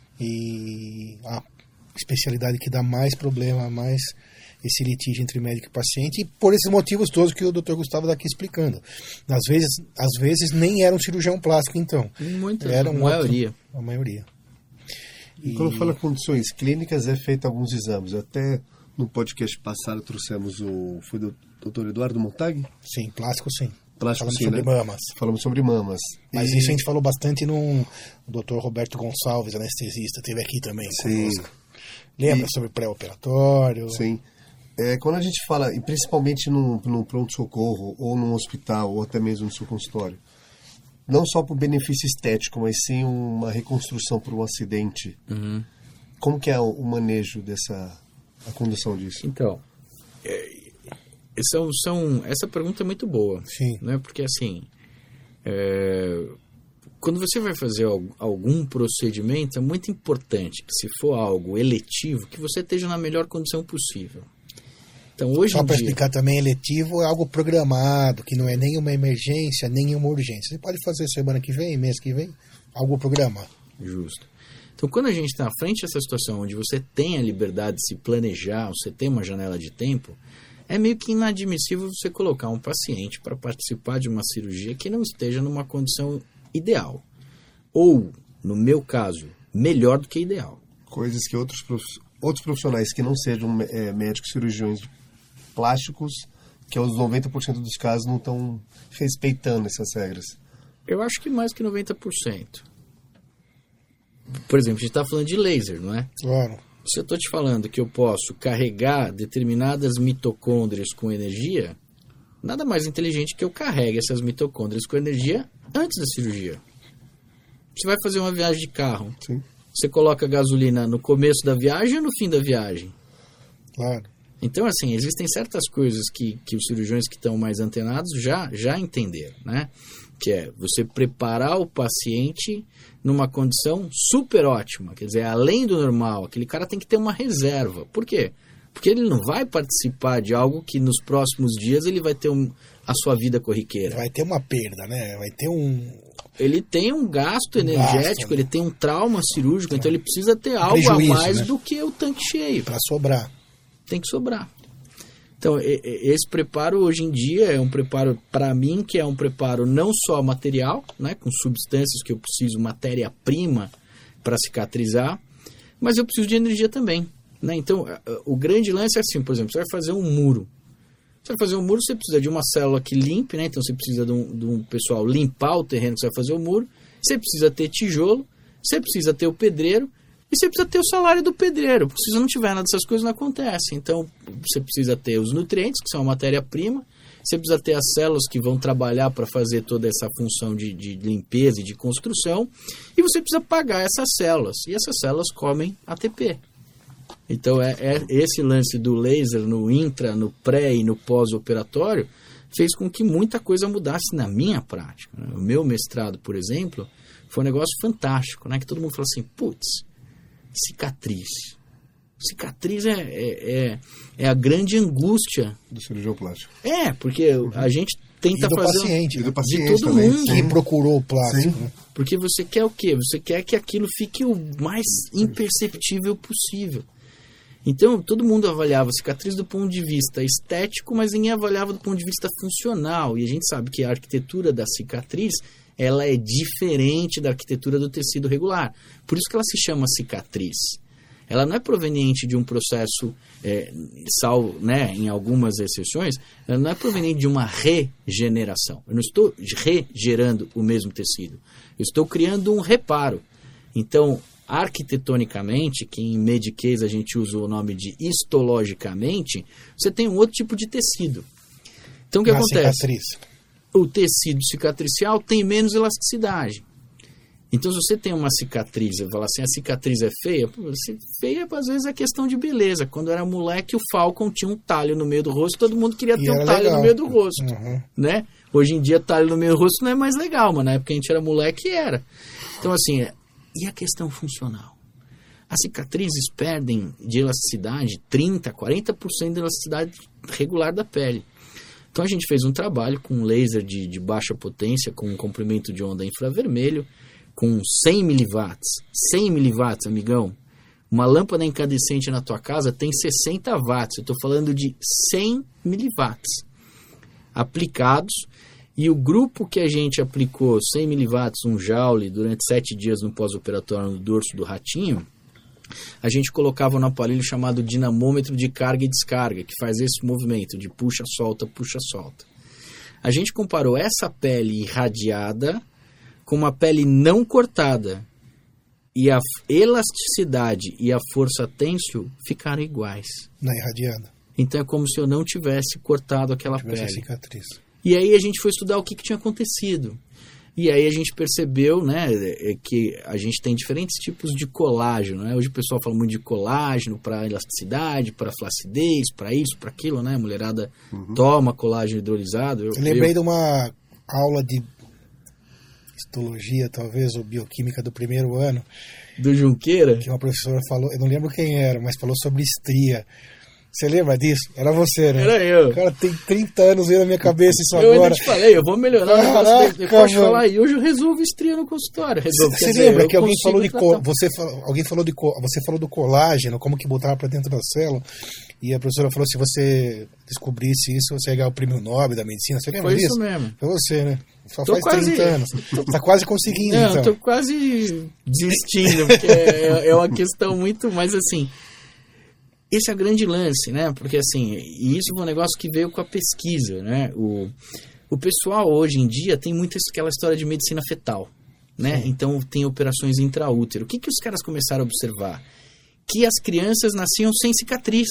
E a especialidade que dá mais problema, mais esse litígio entre médico e paciente, e por esses motivos todos que o doutor Gustavo está aqui explicando. Às vezes, às vezes nem era um cirurgião plástico, então. Muita, era a maioria. Outro, a maioria. E, e quando fala condições clínicas, é feito alguns exames. Até no podcast passado trouxemos o... Foi do doutor Eduardo Montag? Sim, plástico sim. Plástico, Falamos sim, sobre né? mamas. Falamos sobre mamas. Mas e... isso a gente falou bastante no doutor Roberto Gonçalves, anestesista, teve aqui também sim. conosco. Lembra e... sobre pré-operatório? Sim. É, quando a gente fala, e principalmente num, num pronto-socorro, ou num hospital, ou até mesmo no seu consultório, não só por benefício estético, mas sim uma reconstrução por um acidente, uhum. Como que é o, o manejo dessa, a condução disso? Então, é, são, são, essa pergunta é muito boa. Sim. Né? Porque assim, é, quando você vai fazer algum procedimento, é muito importante que, se for algo eletivo, que você esteja na melhor condição possível. Então, hoje Só para dia... explicar também, eletivo é algo programado, que não é nem uma emergência, nem uma urgência. Você pode fazer semana que vem, mês que vem, algo programado. Justo. Então, quando a gente está à frente dessa situação, onde você tem a liberdade de se planejar, você tem uma janela de tempo, é meio que inadmissível você colocar um paciente para participar de uma cirurgia que não esteja numa condição ideal. Ou, no meu caso, melhor do que ideal. Coisas que outros, prof... outros profissionais que não sejam é, médicos cirurgiões plásticos, que aos noventa por cento dos casos não estão respeitando essas regras. Eu acho que mais que noventa por cento. Por exemplo, a gente está falando de laser, não é? Claro. Se eu estou te falando que eu posso carregar determinadas mitocôndrias com energia, nada mais inteligente que eu carregue essas mitocôndrias com energia antes da cirurgia. Você vai fazer uma viagem de carro. Sim. Você coloca gasolina no começo da viagem ou no fim da viagem? Claro. Então, assim, existem certas coisas que, que os cirurgiões que estão mais antenados já, já entenderam, né? Que é você preparar o paciente numa condição super ótima, quer dizer, além do normal, aquele cara tem que ter uma reserva. Por quê? Porque ele não vai participar de algo que nos próximos dias ele vai ter um, a sua vida corriqueira. Vai ter uma perda, né? Vai ter um... Ele tem um gasto energético, gasto, ele né? tem um trauma cirúrgico, então ele precisa ter algo Prejuízo, a mais né? do que o tanque cheio. Para sobrar. Tem que sobrar. Então, esse preparo hoje em dia é um preparo, para mim, que é um preparo não só material, né, com substâncias que eu preciso, matéria-prima para cicatrizar, mas eu preciso de energia também. Né? Então, o grande lance é assim, por exemplo, você vai fazer um muro. Você vai fazer um muro, você precisa de uma célula que limpe, né? Então você precisa de um, de um pessoal limpar o terreno que você vai fazer o muro, você precisa ter tijolo, você precisa ter o pedreiro, e você precisa ter o salário do pedreiro, porque se você não tiver nada dessas coisas, não acontece. Então, você precisa ter os nutrientes, que são a matéria-prima, você precisa ter as células que vão trabalhar para fazer toda essa função de, de limpeza e de construção, e você precisa pagar essas células, e essas células comem A T P. Então, é, é esse lance do laser no intra, no pré e no pós-operatório fez com que muita coisa mudasse na minha prática. O meu mestrado, por exemplo, foi um negócio fantástico, né? Que todo mundo fala assim, putz, cicatriz. Cicatriz é, é, é, é a grande angústia do cirurgião plástico. É, porque uhum. a gente tenta e do fazer paciente, um, né? paciente de todo também, mundo que procurou o plástico. Né? Porque você quer o quê? Você quer que aquilo fique o mais imperceptível possível. Então, todo mundo avaliava a cicatriz do ponto de vista estético, mas ninguém avaliava do ponto de vista funcional. E a gente sabe que a arquitetura da cicatriz, ela é diferente da arquitetura do tecido regular. Por isso que ela se chama cicatriz. Ela não é proveniente de um processo, é, salvo, né, em algumas exceções, ela não é proveniente de uma regeneração. Eu não estou regerando o mesmo tecido. Eu estou criando um reparo. Então, arquitetonicamente, que em Medicaid a gente usa o nome de histologicamente, você tem um outro tipo de tecido. Então, o que Uma acontece? Cicatriz. O tecido cicatricial tem menos elasticidade. Então, se você tem uma cicatriz, eu falo assim, a cicatriz é feia? Pô, feia, às vezes, é questão de beleza. Quando eu era moleque, o Falcon tinha um talho no meio do rosto, todo mundo queria E ter um era talho legal. no meio do rosto. Uhum. Né? Hoje em dia, talho no meio do rosto não é mais legal, mas na época a gente era moleque e era. Então, assim, e a questão funcional? As cicatrizes perdem de elasticidade trinta por cento, quarenta por cento da elasticidade regular da pele. Então a gente fez um trabalho com um laser de, de baixa potência, com um comprimento de onda infravermelho, com cem miliwatts. cem miliwatts, amigão. Uma lâmpada incandescente na tua casa tem sessenta watts. Eu estou falando de cem miliwatts aplicados. E o grupo que a gente aplicou cem miliwatts, um joule, durante sete dias no pós-operatório no dorso do ratinho, a gente colocava no aparelho chamado dinamômetro de carga e descarga, que faz esse movimento de puxa, solta, puxa, solta. A gente comparou essa pele irradiada com uma pele não cortada. E a elasticidade e a força têncil ficaram iguais. Na irradiada. Então é como se eu não tivesse cortado aquela Tivesse pele. a cicatriz. E aí a gente foi estudar o que, que tinha acontecido. E aí a gente percebeu, né, que a gente tem diferentes tipos de colágeno, né? Hoje o pessoal fala muito de colágeno para elasticidade, para flacidez, para isso, para aquilo, né? A mulherada uhum. toma colágeno hidrolisado. Eu, eu lembrei eu... de uma aula de histologia, talvez, ou bioquímica do primeiro ano. Do Junqueira? Que uma professora falou, eu não lembro quem era, mas falou sobre estria. Você lembra disso? Era você, né? Era eu. Cara, tem trinta anos aí na minha cabeça isso eu agora. Eu ainda te falei, eu vou melhorar o negócio. Eu posso falar aí, hoje eu resolvo estria no consultório. Resolvo, você dizer, lembra que alguém falou, de co- você, falou, alguém falou de co- você falou do colágeno, como que botava para dentro da célula, e a professora falou, se você descobrisse isso, você ia ganhar o prêmio Nobel da medicina. Você lembra Foi disso? isso mesmo. Foi você, né? Só tô faz quase... trinta anos. Tá quase conseguindo, Não, então. Tô quase desistindo, porque é, é uma questão muito mais assim... Esse é o grande lance, né? Porque, assim, e isso foi um negócio que veio com a pesquisa, né? O, o pessoal, hoje em dia, tem muito aquela história de medicina fetal, né? Sim. Então, tem operações intraútero. O que, que os caras começaram a observar? Que as crianças nasciam sem cicatriz.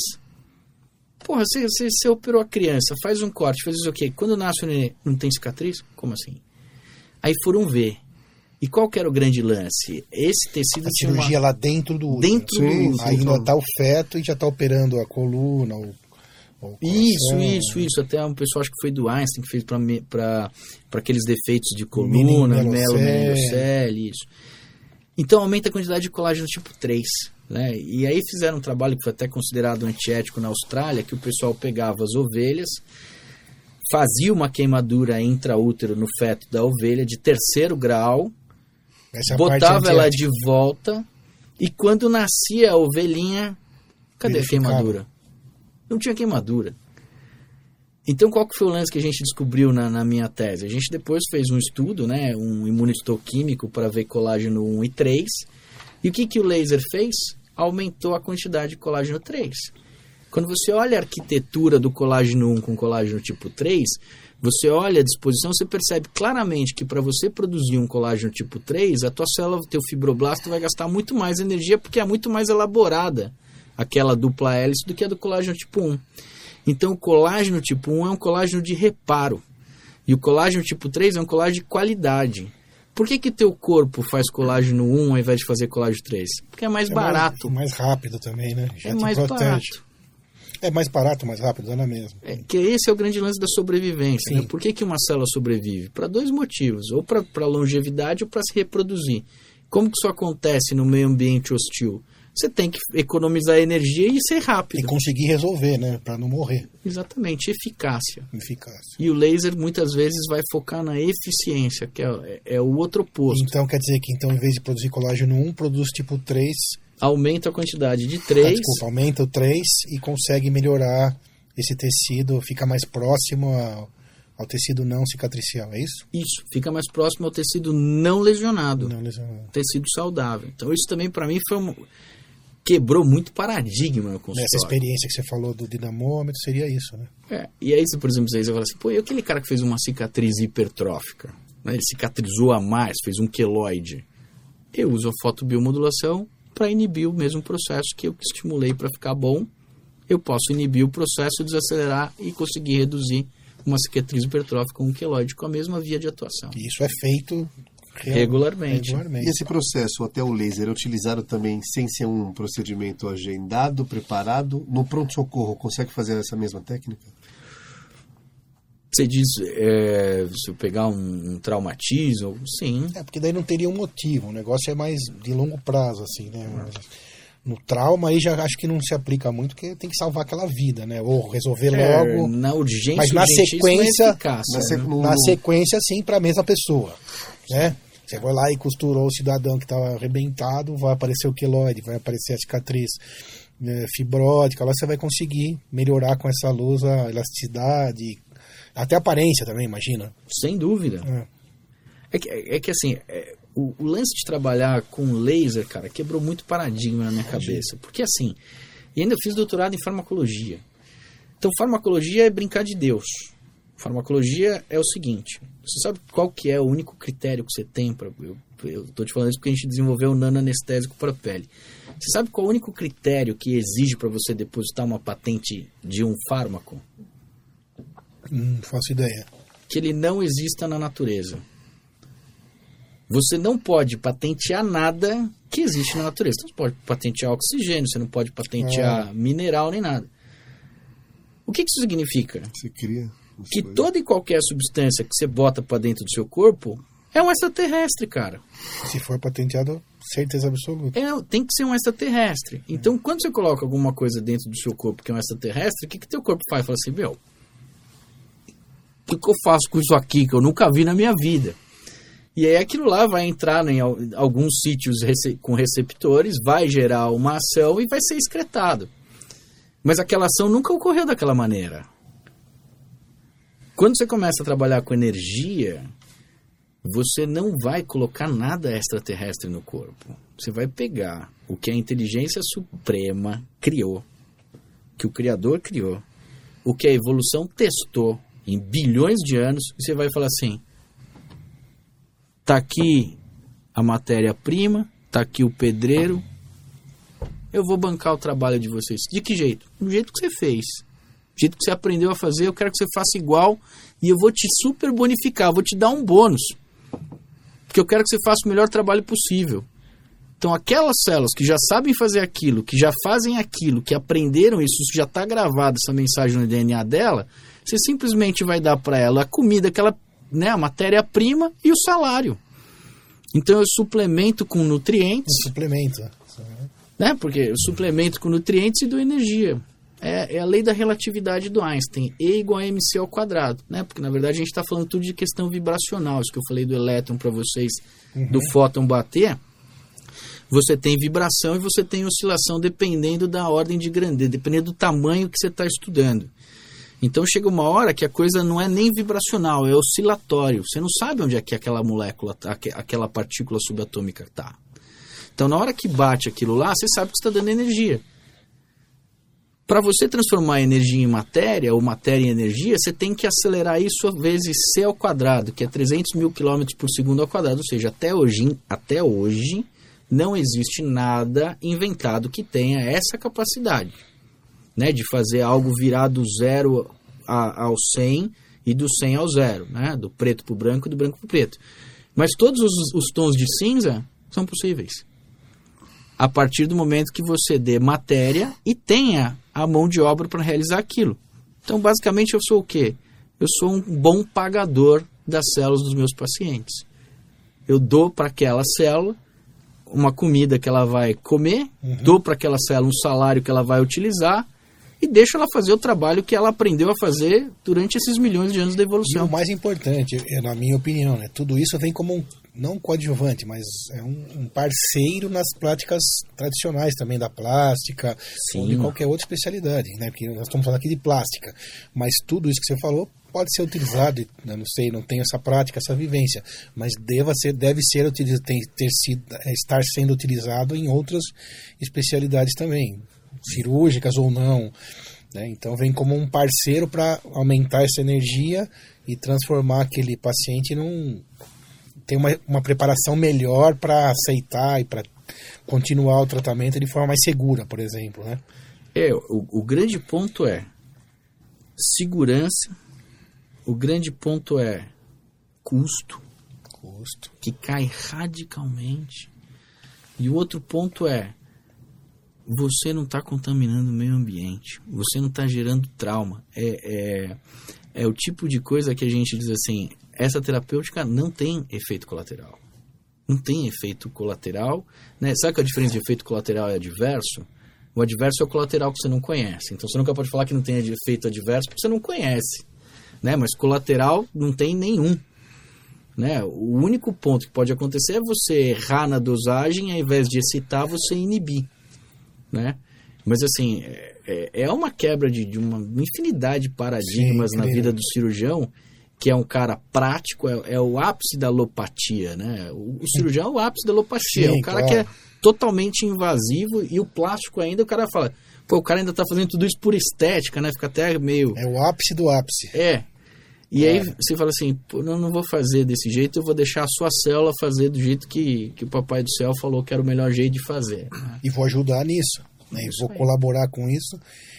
Porra, você, você, você operou a criança, faz um corte, faz isso o quê? Quando nasce o neném, não tem cicatriz? Como assim? Aí foram ver. E qual que era o grande lance? Esse tecido a tinha cirurgia uma... lá dentro do útero. Dentro Sim, do útero. Aí ainda está o feto e já está operando a coluna, o, Ou Isso, coração. isso, isso. Até um pessoal, acho que foi do Einstein, que fez para aqueles defeitos de coluna, Meningocele. melo, meningocele, isso. Então aumenta a quantidade de colágeno tipo três. Né? E aí fizeram um trabalho que foi até considerado antiético na Austrália, que o pessoal pegava as ovelhas, fazia uma queimadura intraútero no feto da ovelha de terceiro grau, Essa é a parte botava ela antiética. de volta, e quando nascia a ovelhinha, cadê a Verificava. queimadura? Não tinha queimadura. Então, qual que foi o lance que a gente descobriu na, na minha tese? A gente depois fez um estudo, né, um imunistoquímico para ver colágeno um e três. E o que, que o laser fez? Aumentou a quantidade de colágeno três. Quando você olha a arquitetura do colágeno um com colágeno tipo três, você olha a disposição, você percebe claramente que para você produzir um colágeno tipo três, a tua célula, teu fibroblasto vai gastar muito mais energia porque é muito mais elaborada aquela dupla hélice do que a do colágeno tipo um. Então o colágeno tipo um é um colágeno de reparo. E o colágeno tipo três é um colágeno de qualidade. Por que que teu corpo faz colágeno um ao invés de fazer colágeno três? Porque é mais É barato. Mais, mais rápido também, né? Já É te mais protege. barato. É mais barato, mais rápido, dá na mesma. É, que esse é o grande lance da sobrevivência. Sim. Né? Por que que uma célula sobrevive? Para dois motivos. Ou para longevidade ou para se reproduzir. Como que isso acontece no meio ambiente hostil? Você tem que economizar energia e ser rápido. E conseguir resolver, né? Pra não morrer. Exatamente, eficácia. Eficácia. E o laser muitas vezes vai focar na eficiência, que é, é o outro oposto. Então quer dizer que então, em vez de produzir colágeno um, produz tipo três. Aumenta a quantidade de Ah, três. desculpa, aumenta o três e consegue melhorar esse tecido, fica mais próximo ao, ao tecido não cicatricial, é isso? Isso, fica mais próximo ao tecido não lesionado. Não lesionado. Tecido saudável. Então isso também para mim foi um... quebrou muito paradigma no consultório. Nessa experiência que você falou do dinamômetro, seria isso, né? É, e aí, por exemplo, você fala assim, pô, e aquele cara que fez uma cicatriz hipertrófica? Né? Ele cicatrizou a mais, fez um queloide. Eu uso a fotobiomodulação para inibir o mesmo processo que eu estimulei para ficar bom. Eu posso inibir o processo, desacelerar e conseguir reduzir uma cicatriz hipertrófica com um queloide com a mesma via de atuação. E isso é feito real- Regularmente. regularmente. E esse processo até o laser é utilizado também sem ser um procedimento agendado, preparado? No pronto-socorro, consegue fazer essa mesma técnica? Você diz, é, se eu pegar um, um traumatismo, sim. É, porque daí não teria um motivo, o negócio é mais de longo prazo, assim, né? Mas no trauma aí já acho que não se aplica muito, porque tem que salvar aquela vida, né? Ou resolver É, logo. na urgência, Mas na urgentíssima é sequência- eficácia, na, se- né? no- Na no- sequência, sim, para a mesma pessoa, né? Você vai lá e costurou o cidadão que estava arrebentado, vai aparecer o queloide, vai aparecer a cicatriz eh, fibrótica, lá você vai conseguir melhorar com essa luz a elasticidade, até a aparência também, imagina. Sem dúvida. É. É que, é que assim, é, o, o lance de trabalhar com laser, cara, quebrou muito paradigma na minha cabeça. Porque assim, e ainda eu fiz doutorado em farmacologia. Então, farmacologia é brincar de Deus. Farmacologia é o seguinte, você sabe qual que é o único critério que você tem para... Eu, eu tô te falando isso porque a gente desenvolveu o nanoanestésico para a pele. Você sabe qual é o único critério que exige para você depositar uma patente de um fármaco? Não faço ideia. Que ele não exista na natureza. Você não pode patentear nada que existe na natureza. Você não pode patentear oxigênio, você não pode patentear Ah. mineral nem nada. O que que isso significa? Você cria... Que toda e qualquer substância que você bota para dentro do seu corpo é um extraterrestre, cara. Se for patenteado, certeza absoluta. É, tem que ser um extraterrestre. Então, quando você coloca alguma coisa dentro do seu corpo que é um extraterrestre, o que que teu corpo faz? Fala assim, meu, o que que eu faço com isso aqui que eu nunca vi na minha vida? E aí aquilo lá vai entrar em al- alguns sítios rece- com receptores, vai gerar uma ação e vai ser excretado. Mas aquela ação nunca ocorreu daquela maneira. Quando você começa a trabalhar com energia, você não vai colocar nada extraterrestre no corpo. Você vai pegar o que a inteligência suprema criou, que o Criador criou, o que a evolução testou em bilhões de anos, e você vai falar assim, tá aqui a matéria-prima, tá aqui o pedreiro, eu vou bancar o trabalho de vocês. De que jeito? Do jeito que você fez. Do jeito que você aprendeu a fazer, eu quero que você faça igual e eu vou te super bonificar, vou te dar um bônus. Porque eu quero que você faça o melhor trabalho possível. Então, aquelas células que já sabem fazer aquilo, que já fazem aquilo, que aprenderam isso, isso já está gravado, essa mensagem no D N A dela, você simplesmente vai dar para ela a comida, que ela, né, a matéria-prima e o salário. Então, eu suplemento com nutrientes. Um suplemento. Né, porque eu suplemento com nutrientes e dou energia. É, é a lei da relatividade do Einstein. E igual a mc ao quadrado. Né? Porque, na verdade, a gente está falando tudo de questão vibracional. Isso que eu falei do elétron para vocês, uhum. do fóton bater. Você tem vibração e você tem oscilação dependendo da ordem de grandeza, dependendo do tamanho que você está estudando. Então chega uma hora que a coisa não é nem vibracional, é oscilatório. Você não sabe onde é que aquela molécula, aquela partícula subatômica está. Então na hora que bate aquilo lá, você sabe que está dando energia. Para você transformar energia em matéria, ou matéria em energia, você tem que acelerar isso vezes c ao quadrado, que é trezentos mil quilômetros por segundo ao quadrado. Ou seja, até hoje, até hoje não existe nada inventado que tenha essa capacidade, né, de fazer algo virar do zero a, ao cem e do cem ao zero, né, do preto para o branco e do branco para o preto. Mas todos os, os tons de cinza são possíveis. A partir do momento que você dê matéria e tenha a mão de obra para realizar aquilo. Então, basicamente, eu sou o quê? Eu sou um bom pagador das células dos meus pacientes. Eu dou para aquela célula uma comida que ela vai comer, uhum. dou para aquela célula um salário que ela vai utilizar e deixo ela fazer o trabalho que ela aprendeu a fazer durante esses milhões de anos da evolução. E o mais importante, na minha opinião, né, tudo isso vem como um, não um coadjuvante, mas é um, um parceiro nas práticas tradicionais também da plástica, Sim. ou de qualquer outra especialidade, né, porque nós estamos falando aqui de plástica, mas tudo isso que você falou pode ser utilizado, eu não sei, não tenho essa prática, essa vivência, mas deva ser, deve ser utilizado, ter, ter sido, estar sendo utilizado em outras especialidades também, cirúrgicas ou não, né? Então vem como um parceiro para aumentar essa energia e transformar aquele paciente num ter uma, uma preparação melhor para aceitar e para continuar o tratamento de forma mais segura, por exemplo, né? É, o, o grande ponto é segurança. O grande ponto é custo, custo, que cai radicalmente. E o outro ponto é você não está contaminando o meio ambiente, você não está gerando trauma. É, é, é o tipo de coisa que a gente diz assim, essa terapêutica não tem efeito colateral. Não tem efeito colateral. Né? Sabe que a diferença de efeito colateral e adverso? O adverso é o colateral que você não conhece. Então você nunca pode falar que não tem efeito adverso porque você não conhece. Né? Mas colateral não tem nenhum. Né? O único ponto que pode acontecer é você errar na dosagem, ao invés de excitar, você inibir. Né? Mas assim, é, é uma quebra de, de uma infinidade de paradigmas Sim, na vida do cirurgião, que é um cara prático, é, é o ápice da alopatia. Né? O, o cirurgião é o ápice da alopatia, Sim, é um cara claro. que é totalmente invasivo, e o plástico ainda, o cara fala, pô, o cara ainda tá fazendo tudo isso por estética, né? Fica até meio... É o ápice do ápice. É. E é. aí você fala assim, pô, não, não vou fazer desse jeito, eu vou deixar a sua célula fazer do jeito que, que o Papai do Céu falou que era o melhor jeito de fazer. Né? E vou ajudar nisso, né? E vou aí. colaborar com isso.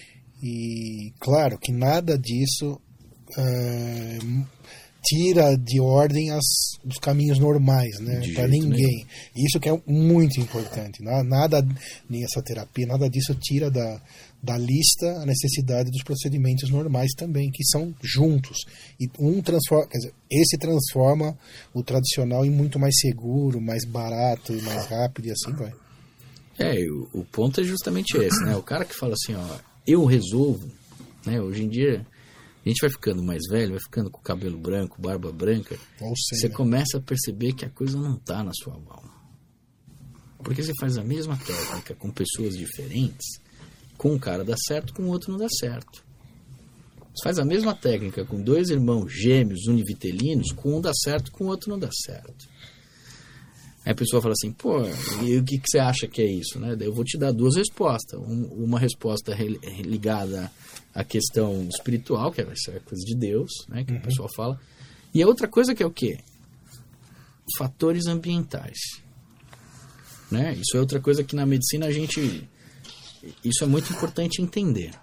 E claro que nada disso é, tira de ordem as, os caminhos normais, né? Para ninguém. Isso que é muito importante. Nada, nem essa terapia, nada disso tira da... da lista a necessidade dos procedimentos normais também, que são juntos. E um transforma, quer dizer, esse transforma o tradicional em muito mais seguro, mais barato e mais rápido, e assim vai. É, o, o ponto é justamente esse, né? O cara que fala assim, ó, eu resolvo, né? Hoje em dia, a gente vai ficando mais velho, vai ficando com cabelo branco, barba branca, sei, você né? começa a perceber que a coisa não tá na sua mão. Porque você faz a mesma técnica com pessoas diferentes, com um cara dá certo, com o outro não dá certo. Você faz a mesma técnica com dois irmãos gêmeos univitelinos, com um dá certo, com o outro não dá certo. Aí a pessoa fala assim, pô, e o que, que você acha que é isso? Né? Daí eu vou te dar duas respostas. Um, uma resposta re, ligada à questão espiritual, que é a coisa de Deus, né, que uhum. a pessoa fala. E a outra coisa que é o quê? Fatores ambientais. Né? Isso é outra coisa que na medicina a gente... Isso é muito importante entender.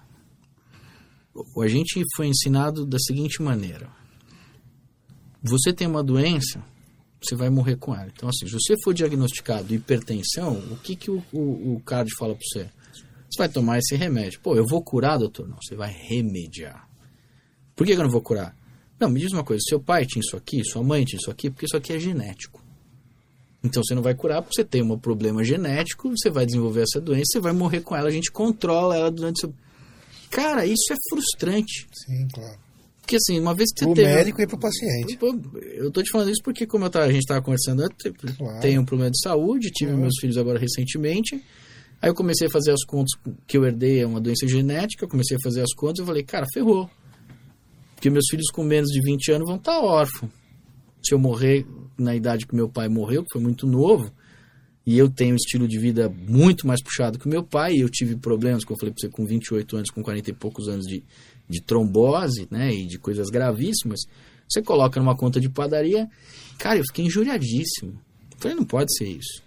A gente foi ensinado da seguinte maneira. Você tem uma doença, você vai morrer com ela. Então, assim, se você for diagnosticado hipertensão, o que, que o, o, o cardio fala para você? Você vai tomar esse remédio. Pô, eu vou curar, doutor? Não, você vai remediar. Por que eu não vou curar? Não, me diz uma coisa, seu pai tinha isso aqui, sua mãe tinha isso aqui, porque isso aqui é genético. Então você não vai curar porque você tem um problema genético, você vai desenvolver essa doença, você vai morrer com ela, a gente controla ela durante o seu... Cara, isso é frustrante. Sim, claro. Porque assim, uma vez que você pro teve... Pro médico e pro paciente. Eu tô te falando isso porque, como eu tava, a gente estava conversando antes, claro. Tenho um problema de saúde, tive claro. Meus filhos agora recentemente, aí eu comecei a fazer as contas que eu herdei, é uma doença genética, eu comecei a fazer as contas e eu falei, cara, ferrou. Porque meus filhos com menos de vinte anos vão estar órfãos. Se eu morrer na idade que meu pai morreu, que foi muito novo, e eu tenho um estilo de vida muito mais puxado que o meu pai, e eu tive problemas, como eu falei para você, com vinte e oito anos, com quarenta e poucos anos de, de trombose, né, e de coisas gravíssimas, você coloca numa conta de padaria, cara, eu fiquei injuriadíssimo. Eu falei, não pode ser isso.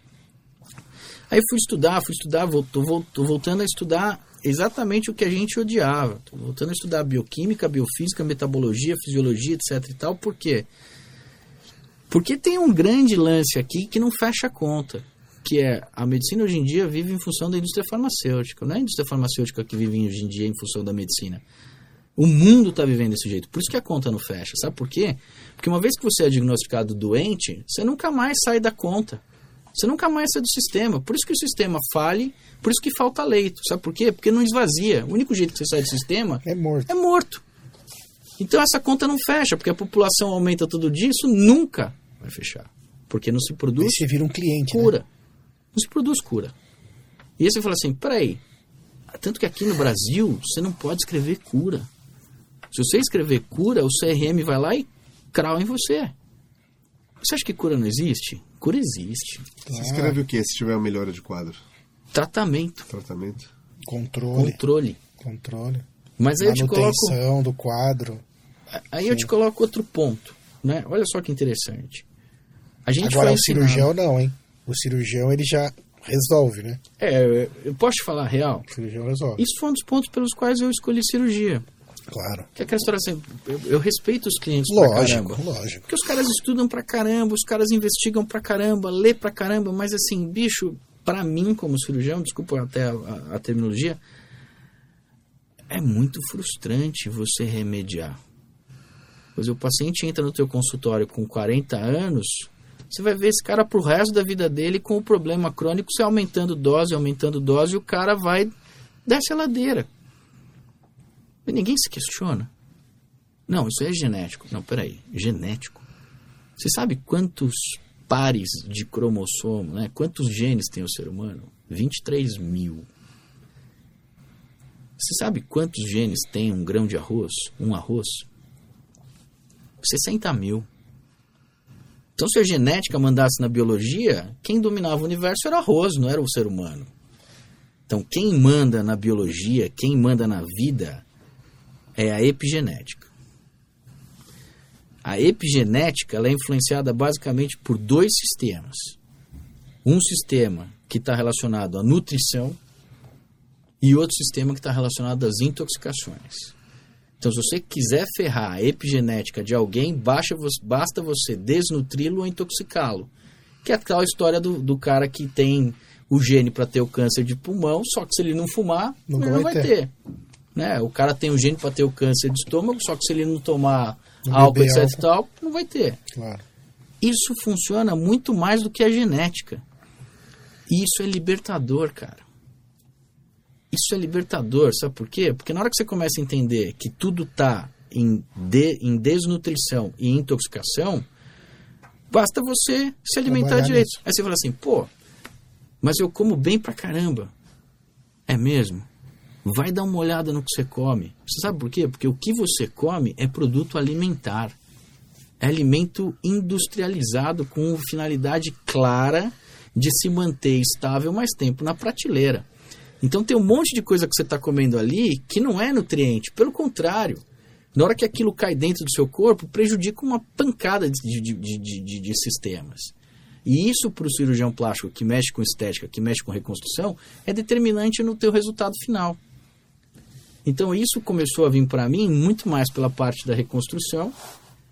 Aí fui estudar, fui estudar, voltou, voltou, voltando a estudar exatamente o que a gente odiava. Tô voltando a estudar bioquímica, biofísica, metabologia, fisiologia, etc e tal. Por quê? Porque tem um grande lance aqui que não fecha a conta, que é a medicina hoje em dia vive em função da indústria farmacêutica. Não é a indústria farmacêutica que vive hoje em dia em função da medicina. O mundo está vivendo desse jeito. Por isso que a conta não fecha. Sabe por quê? Porque uma vez que você é diagnosticado doente, você nunca mais sai da conta. Você nunca mais sai do sistema. Por isso que o sistema fale, por isso que falta leito. Sabe por quê? Porque não esvazia. O único jeito que você sai do sistema é morto. É morto. Então essa conta não fecha, porque a população aumenta todo dia, isso nunca vai fechar. Porque não se produz aí você vira um cliente, cura. Né? Não se produz cura. E aí você fala assim, peraí, tanto que aqui no Brasil você não pode escrever cura. Se você escrever cura, o C R M vai lá e crau em você. Você acha que cura não existe? Cura existe. Você escreve o que se tiver uma melhora de quadro? Tratamento. Tratamento. Controle. Controle. Controle. Mas aí eu te coloco... Manutenção do quadro. Aí Sim. eu te coloco outro ponto, né? Olha só que interessante. A gente Agora, vai o ensinar... cirurgião não, hein? O cirurgião, ele já resolve, né? É, eu posso te falar a real? O cirurgião resolve. Isso foi um dos pontos pelos quais eu escolhi cirurgia. Claro. Que é aquela história assim, eu, eu respeito os clientes lógico, pra caramba. Lógico, Porque os caras estudam pra caramba, os caras investigam pra caramba, lê pra caramba, mas assim, bicho, pra mim como cirurgião, desculpa até a, a, a terminologia, é muito frustrante você remediar. Pois o paciente entra no teu consultório com quarenta anos, você vai ver esse cara pro resto da vida dele com o problema crônico, você aumentando dose, aumentando dose, e o cara vai desce a ladeira. E ninguém se questiona. Não, isso é genético. Não, peraí, genético. Você sabe quantos pares de cromossomo, né? Quantos genes tem o ser humano? vinte e três mil. Você sabe quantos genes tem um grão de arroz? Um arroz? sessenta mil. Então, se a genética mandasse na biologia, quem dominava o universo era o arroz, não era o ser humano. Então, quem manda na biologia, quem manda na vida, é a epigenética. A epigenética ela é influenciada basicamente por dois sistemas. Um sistema que está relacionado à nutrição e outro sistema que está relacionado às intoxicações. Então, se você quiser ferrar a epigenética de alguém, basta você desnutri-lo ou intoxicá-lo. Que é aquela história do, do cara que tem o gene para ter o câncer de pulmão, só que se ele não fumar, Nunca ele não vai vai ter. ter. Né? O cara tem o gene para ter o câncer de estômago, só que se ele não tomar não álcool, etc álcool. e tal, não vai ter. Claro. Isso funciona muito mais do que a genética. E isso é libertador, cara. Isso é libertador, sabe por quê? Porque na hora que você começa a entender que tudo está em, de, em desnutrição e intoxicação, basta você se alimentar Trabalhar direito. nisso. Aí você fala assim, pô, mas eu como bem pra caramba. É mesmo? Vai dar uma olhada no que você come. Você sabe por quê? Porque o que você come é produto alimentar. É alimento industrializado com finalidade clara de se manter estável mais tempo na prateleira. Então tem um monte de coisa que você está comendo ali que não é nutriente. Pelo contrário, na hora que aquilo cai dentro do seu corpo, prejudica uma pancada de, de, de, de, de sistemas. E isso para o cirurgião plástico que mexe com estética, que mexe com reconstrução, é determinante no teu resultado final. Então isso começou a vir para mim muito mais pela parte da reconstrução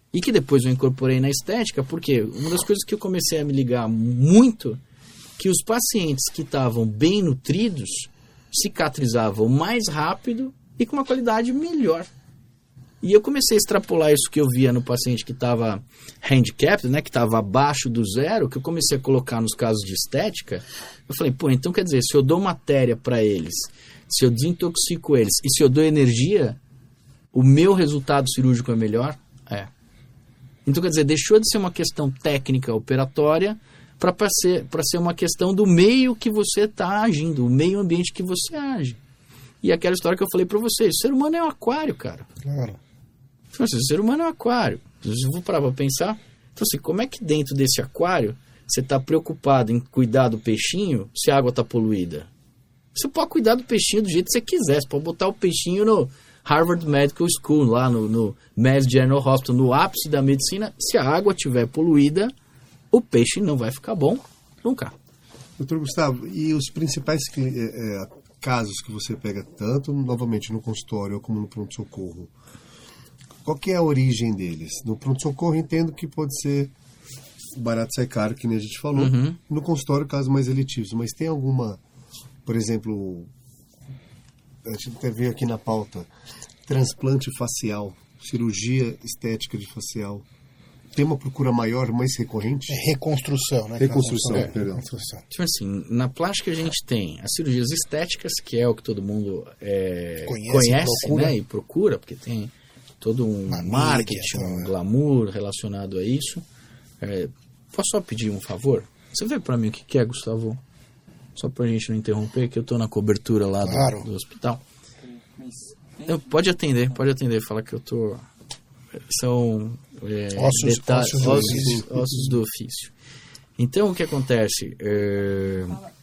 E que depois eu incorporei na estética, porque uma das coisas que eu comecei a me ligar muito, que os pacientes que estavam bem nutridos cicatrizavam mais rápido e com uma qualidade melhor. E eu comecei a extrapolar isso que eu via no paciente que estava handicapped, né, que estava abaixo do zero, que eu comecei a colocar nos casos de estética. Eu falei, pô, então quer dizer, se eu dou matéria para eles, se eu desintoxico eles e se eu dou energia, o meu resultado cirúrgico é melhor? É. Então, quer dizer, deixou de ser uma questão técnica operatória para ser, para ser uma questão do meio que você está agindo, o meio ambiente que você age. E aquela história que eu falei para vocês, o ser humano é um aquário, cara. Claro. Então, assim, o ser humano é um aquário. Eu vou parar para pensar. Então, assim, como é que dentro desse aquário você está preocupado em cuidar do peixinho se a água está poluída? Você pode cuidar do peixinho do jeito que você quiser. Você pode botar o peixinho no Harvard Medical School, lá no, no Mass General Hospital, no ápice da medicina. Se a água estiver poluída, o peixe não vai ficar bom nunca. Doutor Gustavo, e os principais é, é, casos que você pega tanto, novamente, no consultório como no pronto-socorro, qual que é a origem deles? No pronto-socorro, entendo que pode ser barato sai caro, que nem a gente falou. Uhum. No consultório, casos mais eletivos. Mas tem alguma, por exemplo, a gente até veio aqui na pauta, transplante facial, cirurgia estética de facial. Tem uma procura maior, mais recorrente? É reconstrução, né? Reconstrução, é, perdão. Reconstrução. Tipo assim, na plástica a gente tem as cirurgias estéticas, que é o que todo mundo é, Conhece, conhece, procura. né, e procura, porque tem todo um Uma marketing, mídia, um né? glamour relacionado a isso. É, posso só pedir um favor? Você vê pra mim o que que é, Gustavo? Só pra gente não interromper, que eu tô na cobertura lá do, Claro. do hospital. Eu, pode atender, pode atender, fala que eu tô... São é, Ossos- deta- ossos do ossos, ofício. ossos do ofício. Então, o que acontece? É,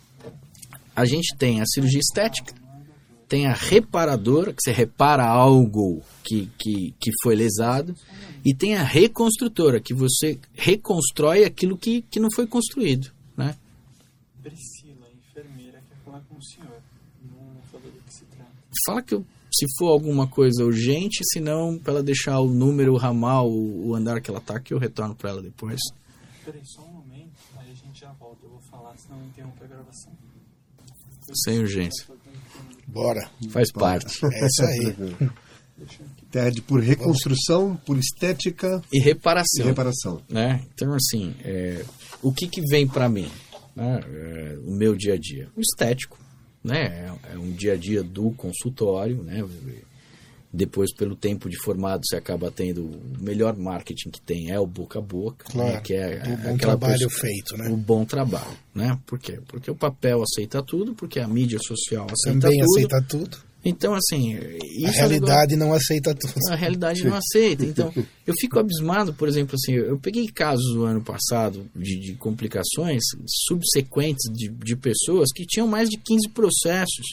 a gente tem a cirurgia estética, tem a reparadora, que você repara algo que, que, que foi lesado, e tem a reconstrutora, que você reconstrói aquilo que, que não foi construído, né? Priscila, enfermeira, quer falar com o senhor. Não falou do que se trata. Fala que eu, se for alguma coisa urgente, se não, para ela deixar o número, o ramal, o, o andar que ela tá, que eu retorno para ela depois. Peraí, só um momento, aí a gente já volta. Eu vou falar, senão interrompe a gravação. Sem urgência. Bora. Faz parte. É isso aí. Pede por reconstrução, por estética E e reparação. reparação. Né? Então, assim, é, o que, que vem para mim, né? É, o meu dia a dia? O estético, né? É, é um dia a dia do consultório, né? Depois, pelo tempo de formado, você acaba tendo o melhor marketing que tem é o boca a boca, Claro. né? Que é O bom aquela trabalho pessoa- feito, né? O bom trabalho, né? Por quê? Porque o papel aceita tudo, porque a mídia social aceita Também tudo. aceita tudo. Então, assim, A isso é um negócio- realidade não aceita tudo. a realidade não aceita. Então, eu fico abismado, por exemplo, assim, eu peguei casos no ano passado de, de complicações subsequentes de, de pessoas que tinham mais de quinze processos.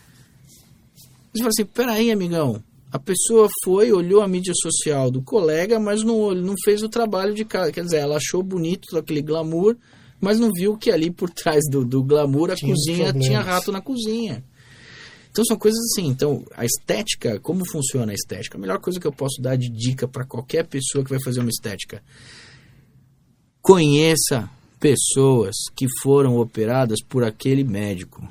Você fala assim, peraí, amigão, a pessoa foi, olhou a mídia social do colega, mas não, olh- não fez o trabalho de casa. Quer dizer, ela achou bonito aquele glamour, mas não viu que ali por trás do, do glamour a Tinha uns cozinha problemas. tinha rato na cozinha. Então são coisas assim. Então a estética, como funciona a estética? A melhor coisa que eu posso dar de dica para qualquer pessoa que vai fazer uma estética: conheça pessoas que foram operadas por aquele médico.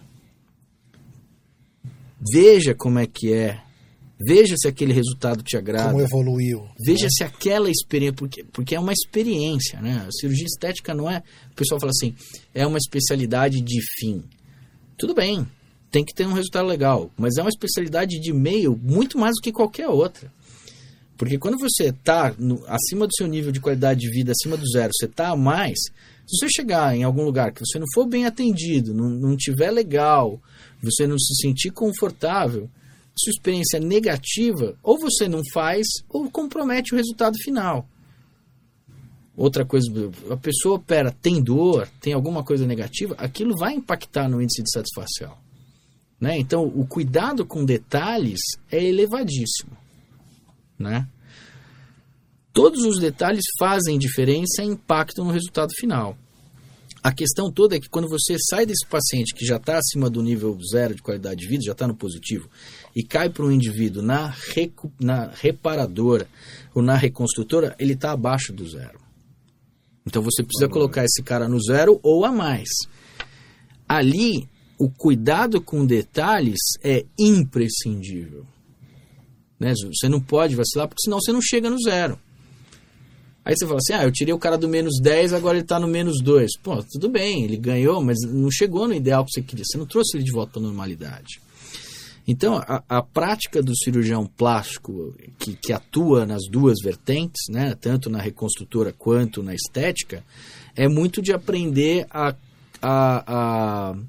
Veja como é que é. Veja se aquele resultado te agrada. Como evoluiu. Veja né? se aquela experiência, porque, porque é uma experiência, né? A cirurgia estética não é, o pessoal fala assim, é uma especialidade de fim. Tudo bem, tem que ter um resultado legal, mas é uma especialidade de meio muito mais do que qualquer outra. Porque quando você está acima do seu nível de qualidade de vida, acima do zero, você está a mais, se você chegar em algum lugar que você não for bem atendido, não, não tiver legal, você não se sentir confortável, sua experiência é negativa, ou você não faz, ou compromete o resultado final. Outra coisa, a pessoa opera, tem dor, tem alguma coisa negativa, aquilo vai impactar no índice de satisfação. Né? Então, o cuidado com detalhes é elevadíssimo. Né? Todos os detalhes fazem diferença e impactam no resultado final. A questão toda é que quando você sai desse paciente que já está acima do nível zero de qualidade de vida, já está no positivo, e cai para um indivíduo na, recu- na reparadora ou na reconstrutora, ele está abaixo do zero. Então você precisa colocar esse cara no zero ou a mais. Ali, o cuidado com detalhes é imprescindível. Né? Você não pode vacilar, porque senão você não chega no zero. Aí você fala assim, ah, eu tirei o cara do menos dez, agora ele está no menos dois. Pô, tudo bem, ele ganhou, mas não chegou no ideal que você queria. Você não trouxe ele de volta para a normalidade. Então, a, a prática do cirurgião plástico, que, que atua nas duas vertentes, né, tanto na reconstrutora quanto na estética, é muito de aprender a, a, a,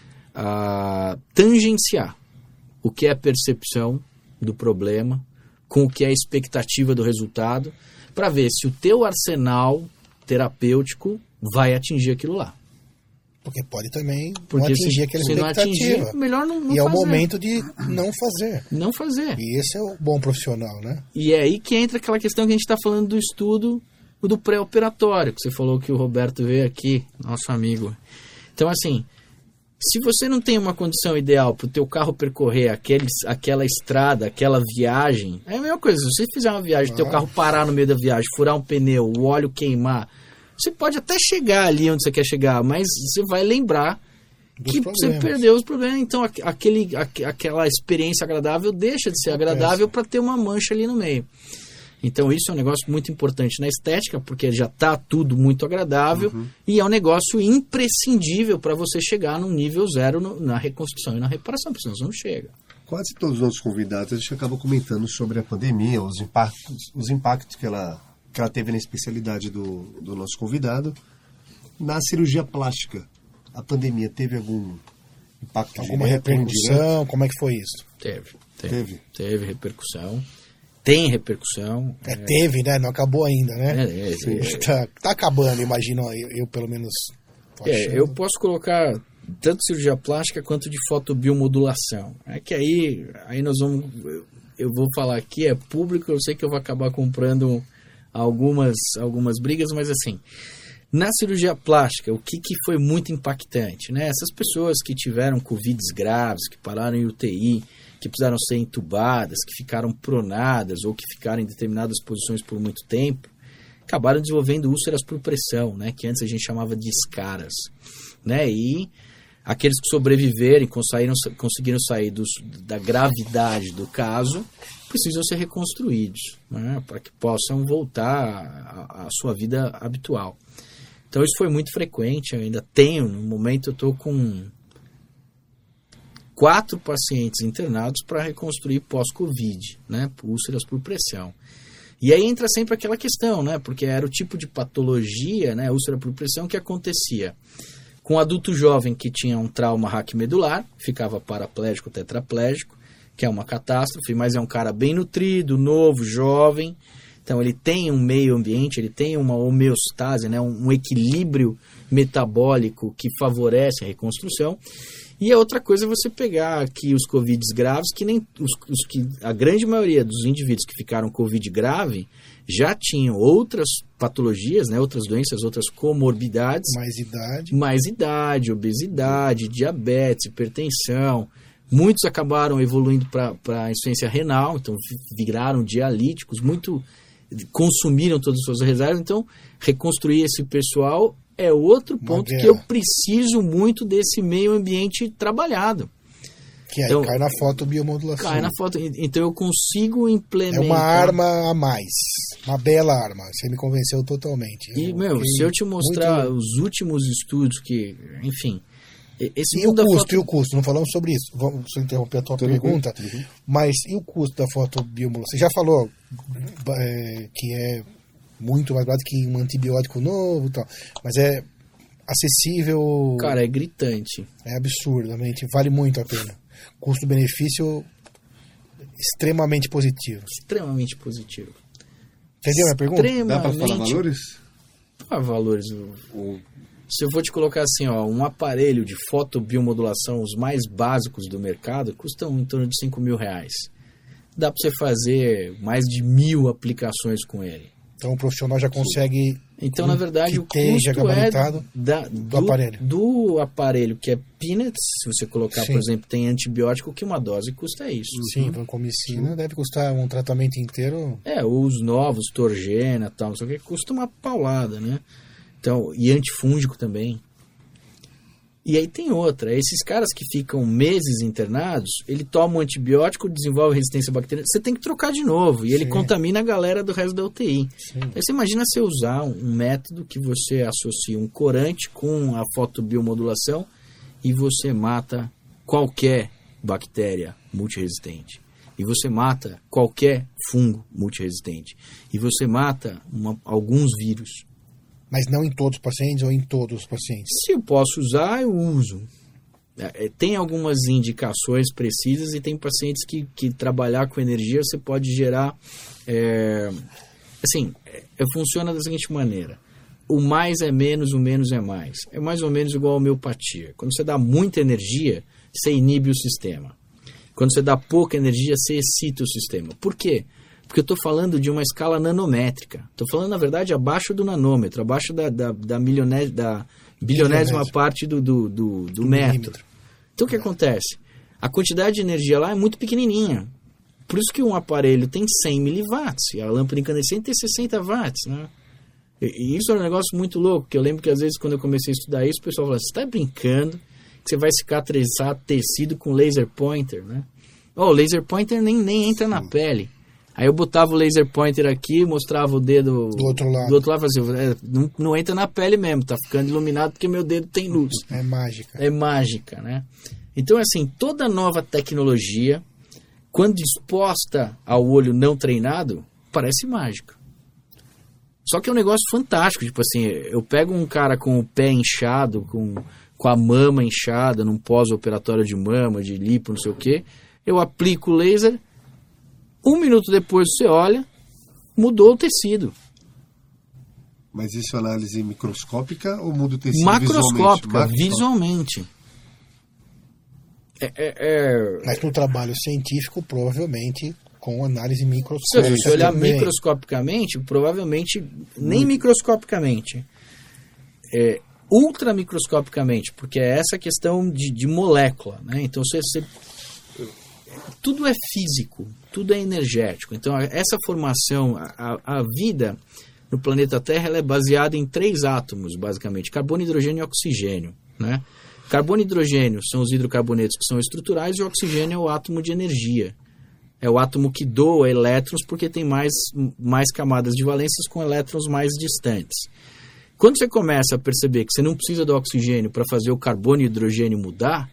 a tangenciar o que é a percepção do problema com o que é a expectativa do resultado, para ver se o teu arsenal terapêutico vai atingir aquilo lá. Porque pode também Porque não atingir se, aquela se expectativa. Não atingir, melhor não, não e é fazer. o momento de não fazer. Não fazer. E esse é o bom profissional, né? E é aí que entra aquela questão que a gente está falando do estudo do pré-operatório, que você falou que o Roberto veio aqui, nosso amigo. Então, assim, se você não tem uma condição ideal para o teu carro percorrer aquele, aquela estrada, aquela viagem, é a mesma coisa. Se você fizer uma viagem, o ah. teu carro parar no meio da viagem, furar um pneu, o óleo queimar, você pode até chegar ali onde você quer chegar, mas você vai lembrar dos que problemas. Você perdeu os problemas. Então, aquele, aquela experiência agradável deixa de ser agradável para ter uma mancha ali no meio. Então, isso é um negócio muito importante na estética, porque já está tudo muito agradável, uhum. e é um negócio imprescindível para você chegar num nível zero no, na reconstrução e na reparação, porque senão você não chega. Quase todos os nossos convidados, a gente acaba comentando sobre a pandemia, os impactos, os impactos que ela, que ela teve na especialidade do, do nosso convidado. Na cirurgia plástica, a pandemia teve algum impacto? Alguma repercussão? Como é que foi isso? Teve. Teve, teve. teve repercussão. Tem repercussão. É, é, teve, né? Não acabou ainda, né? É, é, é, tá, tá acabando, imagino, eu, eu pelo menos... É, eu posso colocar tanto cirurgia plástica quanto de fotobiomodulação. É que aí, aí nós vamos... Eu vou falar aqui, é público, eu sei que eu vou acabar comprando algumas, algumas brigas, mas assim... Na cirurgia plástica, o que, que foi muito impactante, né? Essas pessoas que tiveram covides graves, que pararam em U T I, que precisaram ser entubadas, que ficaram pronadas ou que ficaram em determinadas posições por muito tempo, acabaram desenvolvendo úlceras por pressão, né? Que antes a gente chamava de escaras, né? E aqueles que sobreviverem, conseguiram, conseguiram sair dos, da gravidade do caso, precisam ser reconstruídos, né? Para que possam voltar à sua vida habitual. Então isso foi muito frequente, eu ainda tenho, no momento eu estou com quatro pacientes internados para reconstruir pós-Covid, né, úlceras por pressão. E aí entra sempre aquela questão, né, porque era o tipo de patologia, né, úlcera por pressão, que acontecia com um adulto jovem que tinha um trauma raquimedular, ficava paraplégico, tetraplégico, que é uma catástrofe, mas é um cara bem nutrido, novo, jovem. Então ele tem um meio ambiente, ele tem uma homeostase, né, um, um equilíbrio metabólico que favorece a reconstrução. E a outra coisa é você pegar aqui os covides graves, que nem os, os que a grande maioria dos indivíduos que ficaram covid grave já tinham outras patologias, né, outras doenças, outras comorbidades. Mais idade. Mais idade, obesidade, diabetes, hipertensão. Muitos acabaram evoluindo para a insuficiência renal, então viraram dialíticos, muito consumiram todas as suas reservas. Então, reconstruir esse pessoal é outro ponto que eu preciso muito desse meio ambiente trabalhado. Que aí então, cai na fotobiomodulação. Cai na foto. Então, eu consigo implementar... É uma arma a mais. Uma bela arma. Você me convenceu totalmente. E, eu meu, se eu te mostrar muito... os últimos estudos que... Enfim... Esse e o custo, foto... e o custo? Não falamos sobre isso. Vamos só interromper a tua Tudo pergunta. Uhum. Mas e o custo da fotobiomodulação? Você já falou é, que é muito mais barato que um antibiótico novo e tal. Mas é acessível... Cara, é gritante. É absurdamente. Vale muito a pena. Custo-benefício extremamente positivo. Extremamente positivo. Entendeu a minha pergunta? Dá para falar valores? Ah, valores... O... Se eu vou te colocar assim, ó, um aparelho de fotobiomodulação, os mais básicos do mercado, custam em torno de cinco mil reais. Dá para você fazer mais de mil aplicações com ele. Então o profissional já consegue Então, na verdade, que o custo é gabaritado da, do, do, aparelho. do aparelho, que é peanuts, se você colocar, Sim. por exemplo, tem antibiótico, que uma dose custa isso. Sim, vancomicina deve custar um tratamento inteiro. É, os novos, Torgena, tal, não sei o que, custa uma paulada, né? Então, e antifúngico também. E aí tem outra, esses caras que ficam meses internados, ele toma um antibiótico, desenvolve resistência bacteriana, você tem que trocar de novo, e ele Sim. contamina a galera do resto da U T I. Sim. Aí você imagina você usar um método que você associa um corante com a fotobiomodulação e você mata qualquer bactéria multiresistente. E você mata qualquer fungo multiresistente. E você mata uma, alguns vírus. Mas não em todos os pacientes ou em todos os pacientes? Se eu posso usar, eu uso. É, tem algumas indicações precisas e tem pacientes que, que trabalhar com energia você pode gerar... É, assim, é, funciona da seguinte maneira. O mais é menos, o menos é mais. É mais ou menos igual a homeopatia. Quando você dá muita energia, você inibe o sistema. Quando você dá pouca energia, você excita o sistema. Por quê? Porque eu estou falando de uma escala nanométrica. Estou falando, na verdade, abaixo do nanômetro, abaixo da, da, da, milioné, da bilionésima parte do, do, do, do metro. Então, o que acontece? A quantidade de energia lá é muito pequenininha. Por isso que um aparelho tem cem miliwatts, e a lâmpada incandescente tem sessenta watts, né? E, e isso é um negócio muito louco, que eu lembro que, às vezes, quando eu comecei a estudar isso, o pessoal falava, você está brincando que você vai cicatrizar tecido com laser pointer, né? Oh, o laser pointer nem, nem entra na pele. Aí eu botava o laser pointer aqui, mostrava o dedo do outro lado, do outro lado fazia, é, não, não entra na pele mesmo, tá ficando iluminado porque meu dedo tem luz. É mágica. É mágica, né? Então, assim, toda nova tecnologia, quando exposta ao olho não treinado, parece mágica. Só que é um negócio fantástico, tipo assim, eu pego um cara com o pé inchado, com, com a mama inchada, num pós-operatório de mama, de lipo, não sei o quê, eu aplico o laser... Um minuto depois você olha, mudou o tecido. Mas isso é análise microscópica ou muda o tecido Macroscópica, visualmente? visualmente. É, é, é... Mas no trabalho científico, provavelmente, com análise Se microscópica. você olhar também. microscopicamente, provavelmente, nem microscopicamente, é, ultramicroscopicamente, porque é essa questão de, de molécula, né? Então, você, você, tudo é físico, tudo é energético. Então, essa formação, a, a vida no planeta Terra, ela é baseada em três átomos, basicamente, carbono, hidrogênio e oxigênio, né? Carbono e hidrogênio são os hidrocarbonetos que são estruturais e o oxigênio é o átomo de energia. É o átomo que doa elétrons porque tem mais, mais camadas de valências com elétrons mais distantes. Quando você começa a perceber que você não precisa do oxigênio para fazer o carbono e o hidrogênio mudar,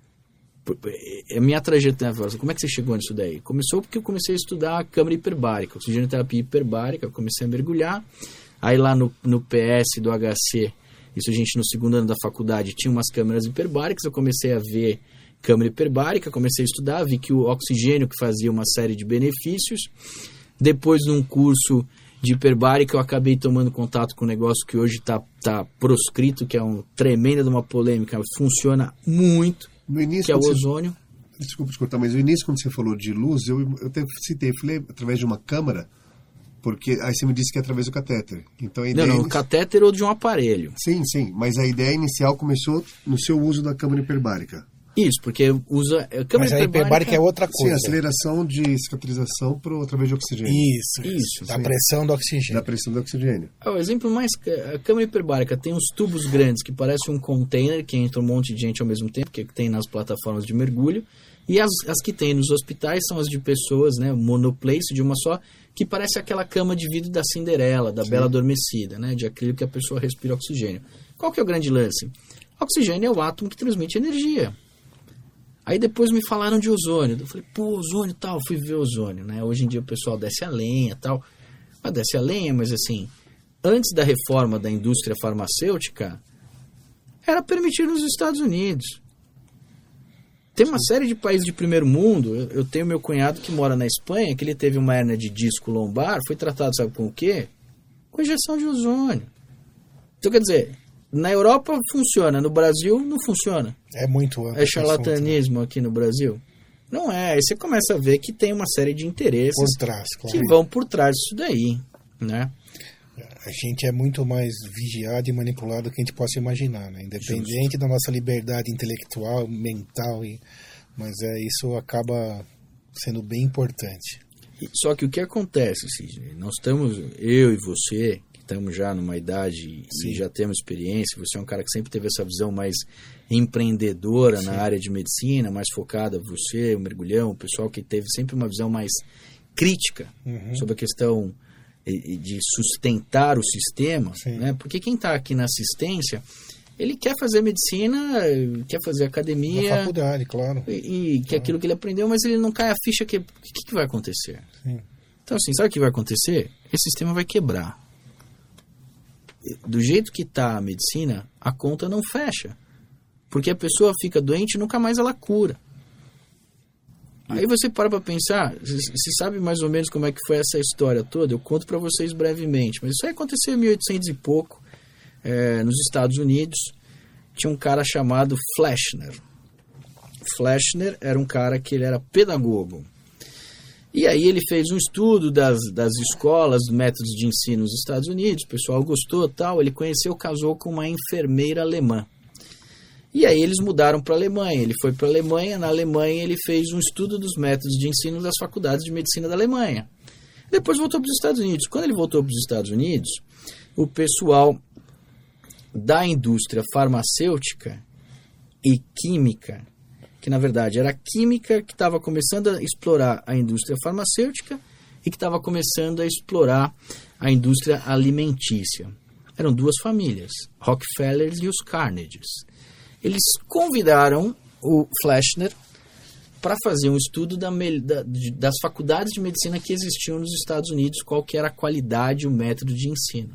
a minha trajetória, como é que você chegou nisso daí? Começou porque eu comecei a estudar a câmara hiperbárica, oxigenoterapia hiperbárica, eu comecei a mergulhar, aí lá no, no P S do H C, isso a gente no segundo ano da faculdade tinha umas câmeras hiperbáricas, eu comecei a ver câmara hiperbárica, comecei a estudar, vi que o oxigênio que fazia uma série de benefícios. Depois, num curso de hiperbárica, eu acabei tomando contato com um negócio que hoje está tá proscrito, que é um tremenda de uma polêmica, funciona muito, no início, que é o você... ozônio. Desculpa te cortar, mas no início, quando você falou de luz, eu, eu até citei, falei através de uma câmara, porque aí você me disse que é através do catéter. Então, a ideia não, não, inici... catéter ou de um aparelho. Sim, sim, mas a ideia inicial começou no seu uso da câmara hiperbárica. Isso, porque usa... A câmara Mas a hiperbárica é outra coisa. Sim, aceleração de cicatrização pro, através de oxigênio. Isso, Isso, da sim. pressão do oxigênio. Da pressão do oxigênio. O exemplo mais... A câmara hiperbárica tem uns tubos grandes que parecem um container, que entra um monte de gente ao mesmo tempo, que tem nas plataformas de mergulho. E as, as que tem nos hospitais são as de pessoas, né, monoplace, de uma só, que parece aquela cama de vidro da Cinderela, da Sim. Bela Adormecida, né, de acrílico que a pessoa respira oxigênio. Qual que é o grande lance? Oxigênio é o átomo que transmite energia. Aí depois me falaram de ozônio. Eu falei, pô, ozônio e tal, fui ver ozônio, né? Hoje em dia o pessoal desce a lenha e tal. Mas desce a lenha, mas assim, antes da reforma da indústria farmacêutica, era permitido nos Estados Unidos. Tem uma série de países de primeiro mundo. Eu, eu tenho meu cunhado que mora na Espanha, que ele teve uma hérnia de disco lombar, foi tratado, sabe com o quê? Com injeção de ozônio. Então, quer dizer, na Europa funciona, no Brasil não funciona. É muito amplo. É charlatanismo aqui no Brasil? Não é. Aí você começa a ver que tem uma série de interesses Por trás, claro. que vão por trás disso daí, né? A gente é muito mais vigiado e manipulado do que a gente possa imaginar, né? Independente Justo. Da nossa liberdade intelectual, mental, e... mas é, isso acaba sendo bem importante. Só que o que acontece, Sidney? Nós estamos, eu e você, que estamos já numa idade Sim. e já temos experiência, você é um cara que sempre teve essa visão mais empreendedora Sim. na área de medicina, mais focada, você, o Mergulhão, o pessoal que teve sempre uma visão mais crítica uhum. sobre a questão de sustentar o sistema, né? Porque quem está aqui na assistência, ele quer fazer medicina, quer fazer academia, na faculdade, claro, e, e claro. que aquilo que ele aprendeu, mas ele não cai a ficha que o que, que vai acontecer. Sim. Então assim, sabe o que vai acontecer? Esse sistema vai quebrar. Do jeito que está a medicina, a conta não fecha, porque a pessoa fica doente e nunca mais ela cura. Aí você para para pensar, você sabe mais ou menos como é que foi essa história toda? Eu conto para vocês brevemente, mas isso aí aconteceu em mil e oitocentos e pouco, é, nos Estados Unidos. Tinha um cara chamado Fleshner. Fleshner era um cara que ele era pedagogo. E aí ele fez um estudo das, das escolas, dos métodos de ensino nos Estados Unidos, o pessoal gostou, tal, ele conheceu, casou com uma enfermeira alemã. E aí eles mudaram para a Alemanha, ele foi para a Alemanha, na Alemanha ele fez um estudo dos métodos de ensino das faculdades de medicina da Alemanha. Depois voltou para os Estados Unidos. Quando ele voltou para os Estados Unidos, o pessoal da indústria farmacêutica e química, que na verdade era a química que estava começando a explorar a indústria farmacêutica e que estava começando a explorar a indústria alimentícia. Eram duas famílias, Rockefellers e os Carnegies. Eles convidaram o Fleshner para fazer um estudo da, da, das faculdades de medicina que existiam nos Estados Unidos, qual que era a qualidade e o método de ensino.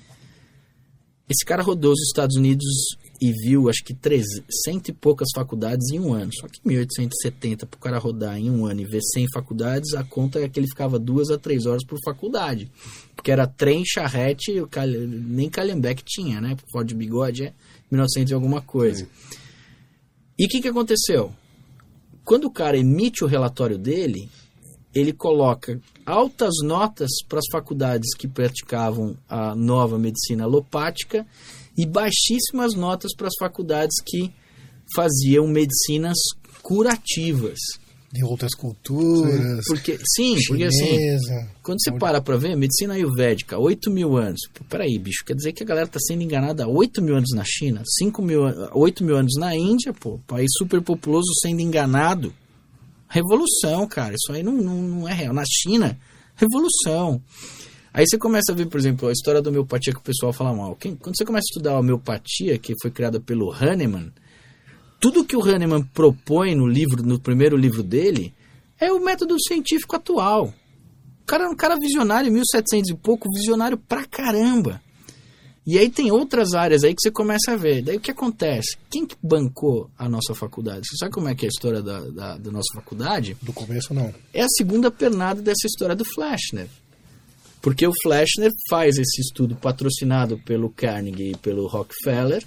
Esse cara rodou os Estados Unidos e viu, acho que trezentas, cento e poucas faculdades em um ano. Só que em mil oitocentos e setenta, para o cara rodar em um ano e ver cem faculdades, a conta é que ele ficava duas a três horas por faculdade. Porque era trem, charrete, nem Calhambeque tinha, né? Ford de bigode é mil e novecentos e alguma coisa. Sim. E o que, que aconteceu? Quando o cara emite o relatório dele, ele coloca altas notas para as faculdades que praticavam a nova medicina alopática e baixíssimas notas para as faculdades que faziam medicinas curativas. De outras culturas. Porque, sim, chinesa, porque assim, quando você para para ver, medicina ayurvédica, oito mil anos. Pô, peraí, bicho, quer dizer que a galera está sendo enganada há oito mil anos na China, cinco mil, oito mil anos na Índia, pô, país super populoso sendo enganado. Revolução, cara, isso aí não, não, não é real. Na China, revolução. Aí você começa a ver, por exemplo, a história da homeopatia que o pessoal fala mal. Quando você começa a estudar a homeopatia, que foi criada pelo Hahnemann, tudo que o Hahnemann propõe no livro, no primeiro livro dele, é o método científico atual. O cara é um cara visionário, em mil e setecentos e pouco, visionário pra caramba. E aí tem outras áreas aí que você começa a ver. Daí o que acontece? Quem que bancou a nossa faculdade? Você sabe como é que é a história da, da, da nossa faculdade? Do começo, não. É a segunda pernada dessa história do Fleshner. Porque o Fleshner faz esse estudo patrocinado pelo Carnegie e pelo Rockefeller,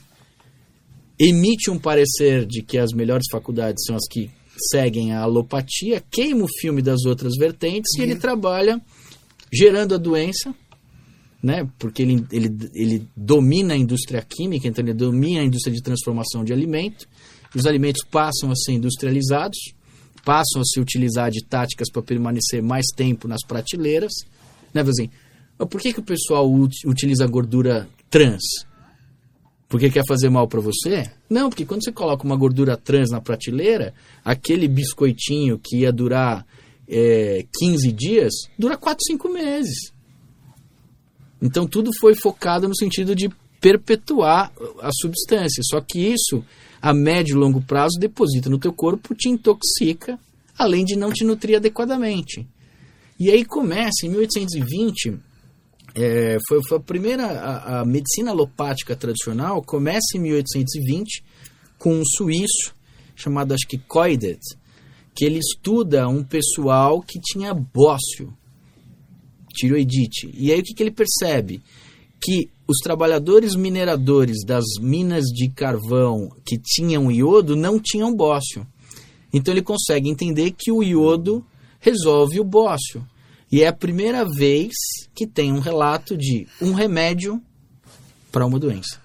emite um parecer de que as melhores faculdades são as que seguem a alopatia, queima o filme das outras vertentes e, e ele trabalha gerando a doença, né? Porque ele, ele, ele domina a indústria química, então ele domina a indústria de transformação de alimento, os alimentos passam a ser industrializados, passam a se utilizar de táticas para permanecer mais tempo nas prateleiras, né? Assim, por que, que o pessoal utiliza gordura trans? Porque quer fazer mal para você? Não, porque quando você coloca uma gordura trans na prateleira, aquele biscoitinho que ia durar é, quinze dias, dura quatro, cinco meses. Então tudo foi focado no sentido de perpetuar a substância. Só que isso, a médio e longo prazo, deposita no teu corpo, te intoxica, além de não te nutrir adequadamente. E aí começa, em mil oitocentos e vinte... É, foi, foi a primeira, a, a medicina alopática tradicional começa em mil oitocentos e vinte com um suíço chamado, acho que Coidet, que ele estuda um pessoal que tinha bócio, tiroidite. E aí o que, que ele percebe? Que os trabalhadores mineradores das minas de carvão que tinham iodo não tinham bócio. Então ele consegue entender que o iodo resolve o bócio. E é a primeira vez que tem um relato de um remédio para uma doença.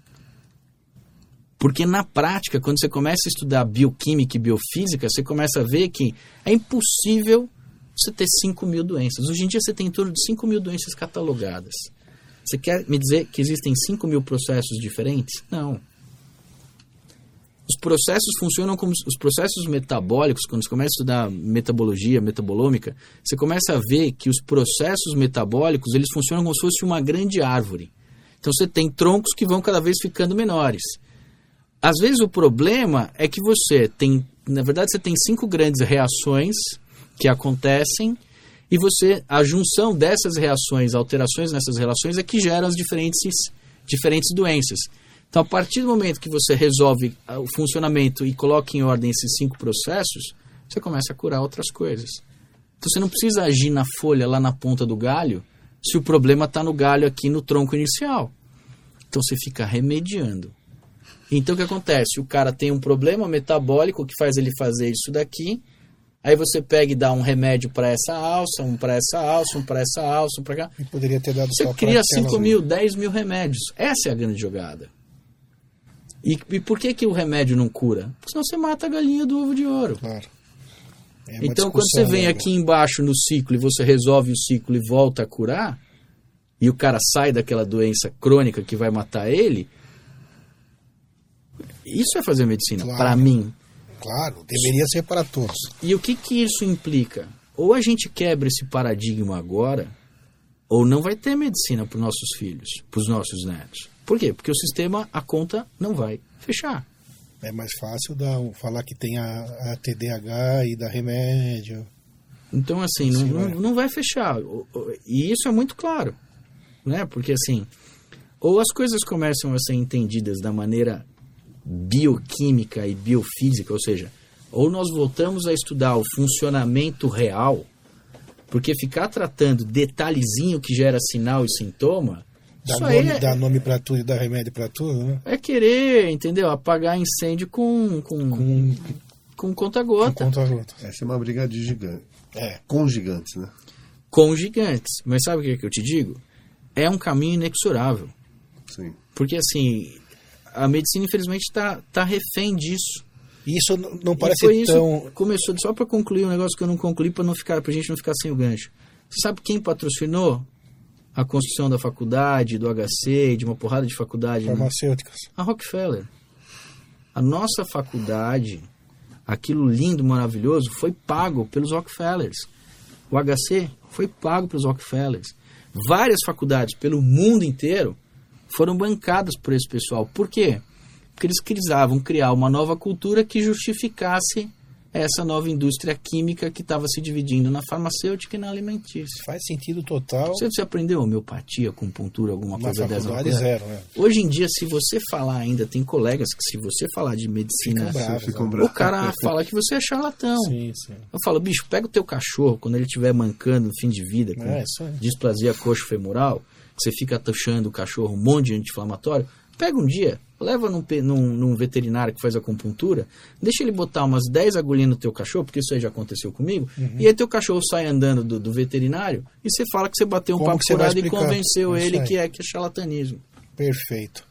Porque na prática, quando você começa a estudar bioquímica e biofísica, você começa a ver que é impossível você ter cinco mil doenças. Hoje em dia você tem em torno de cinco mil doenças catalogadas. Você quer me dizer que existem cinco mil processos diferentes? Não. Os processos funcionam como os processos metabólicos. Quando você começa a estudar metabologia, metabolômica, você começa a ver que os processos metabólicos eles funcionam como se fosse uma grande árvore. Então você tem troncos que vão cada vez ficando menores. Às vezes o problema é que você tem, na verdade você tem cinco grandes reações que acontecem e você, a junção dessas reações, alterações nessas relações é que geram as diferentes, diferentes doenças. Então a partir do momento que você resolve o funcionamento e coloca em ordem esses cinco processos, você começa a curar outras coisas. Então você não precisa agir na folha lá na ponta do galho se o problema está no galho aqui no tronco inicial. Então você fica remediando. Então o que acontece? O cara tem um problema metabólico que faz ele fazer isso daqui, aí você pega e dá um remédio para essa alça, um para essa alça, um para essa alça, um para cá. E poderia ter dado você só cria para cinco mil, dez mil remédios. Essa é a grande jogada. E, e por que, que o remédio não cura? Porque senão você mata a galinha do ovo de ouro. Claro. É uma então quando você vem né? aqui embaixo no ciclo e você resolve o ciclo e volta a curar, e o cara sai daquela doença crônica que vai matar ele, isso é fazer medicina, claro. Para mim. Claro, deveria ser para todos. E o que, que isso implica? Ou a gente quebra esse paradigma agora, ou não vai ter medicina para os nossos filhos, para os nossos netos. Por quê? Porque o sistema, a conta não vai fechar. É mais fácil dar, falar que tem a, a T D A H e dar remédio. Então, assim, não, não, não vai fechar. E isso é muito claro. Né? Porque, assim, ou as coisas começam a ser entendidas da maneira bioquímica e biofísica, ou seja, ou nós voltamos a estudar o funcionamento real, porque ficar tratando detalhezinho que gera sinal e sintoma, dá isso nome, aí é, dá nome para tudo e dá remédio para tudo, né? É querer, entendeu? Apagar incêndio com com, com, com conta-gota. Com conta-gota. Essa é uma briga de gigante. É. Com gigantes, né? Com gigantes. Mas sabe o que, é que eu te digo? É um caminho inexorável. Sim. Porque, assim, a medicina, infelizmente, está tá refém disso. Isso não parece foi tão... Isso começou, só para concluir um negócio que eu não concluí, para não ficar, pra gente não ficar sem o gancho. Você sabe quem patrocinou a construção da faculdade, do H C, de uma porrada de faculdade? Farmacêuticas. Né? A Rockefeller. A nossa faculdade, aquilo lindo, maravilhoso, foi pago pelos Rockefellers. O H C foi pago pelos Rockefellers. Várias faculdades pelo mundo inteiro foram bancadas por esse pessoal. Por quê? Porque eles precisavam criar uma nova cultura que justificasse essa nova indústria química que estava se dividindo na farmacêutica e na alimentícia. Faz sentido total. Você, você aprendeu homeopatia, acupuntura, alguma na coisa dessa? Na faculdade zero, né? Hoje em dia, se você falar ainda, tem colegas que se você falar de medicina, bravos, ficam o cara fala que você é charlatão. Sim, sim. Eu falo, bicho, pega o teu cachorro quando ele estiver mancando no fim de vida, com é, displasia coxo-femoral, que você fica atuchando o cachorro, um monte de anti-inflamatório, pega um dia, leva num, num, num veterinário que faz acupuntura, deixa ele botar umas dez agulhinhas no teu cachorro, porque isso aí já aconteceu comigo, uhum. E aí teu cachorro sai andando do, do veterinário e você fala que você bateu um Como papo furado e convenceu é ele que é, que é charlatanismo. Perfeito.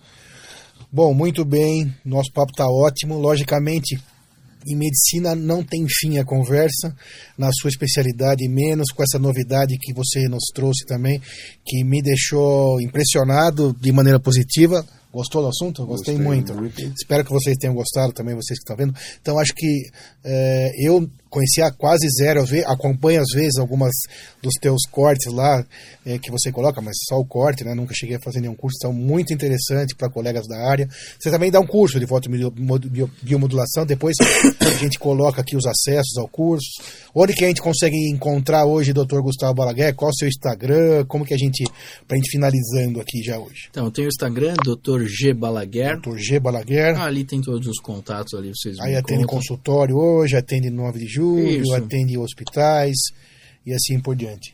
Bom, muito bem, nosso papo está ótimo. Logicamente, em medicina não tem fim a conversa, na sua especialidade menos, com essa novidade que você nos trouxe também, que me deixou impressionado de maneira positiva. Gostou do assunto? Gostei, Gostei muito. muito. Espero que vocês tenham gostado também, vocês que estão vendo. Então, acho que é, eu conhecia quase zero, acompanho às vezes algumas dos teus cortes lá é, que você coloca, mas só o corte, né? Nunca cheguei a fazer nenhum curso, então muito interessante para colegas da área. Você também dá um curso de fotobiomodulação, depois a gente coloca aqui os acessos ao curso. Onde que a gente consegue encontrar hoje doutor Gustavo Balaguer? Qual é o seu Instagram? Como que a gente, pra gente finalizando aqui já hoje? Então, eu tenho o Instagram, doutor G Balaguer. doutor G Balaguer. Ah, ali tem todos os contatos ali, vocês Aí atende contam. Consultório hoje, atende nove de julho, Isso. atende hospitais e assim por diante.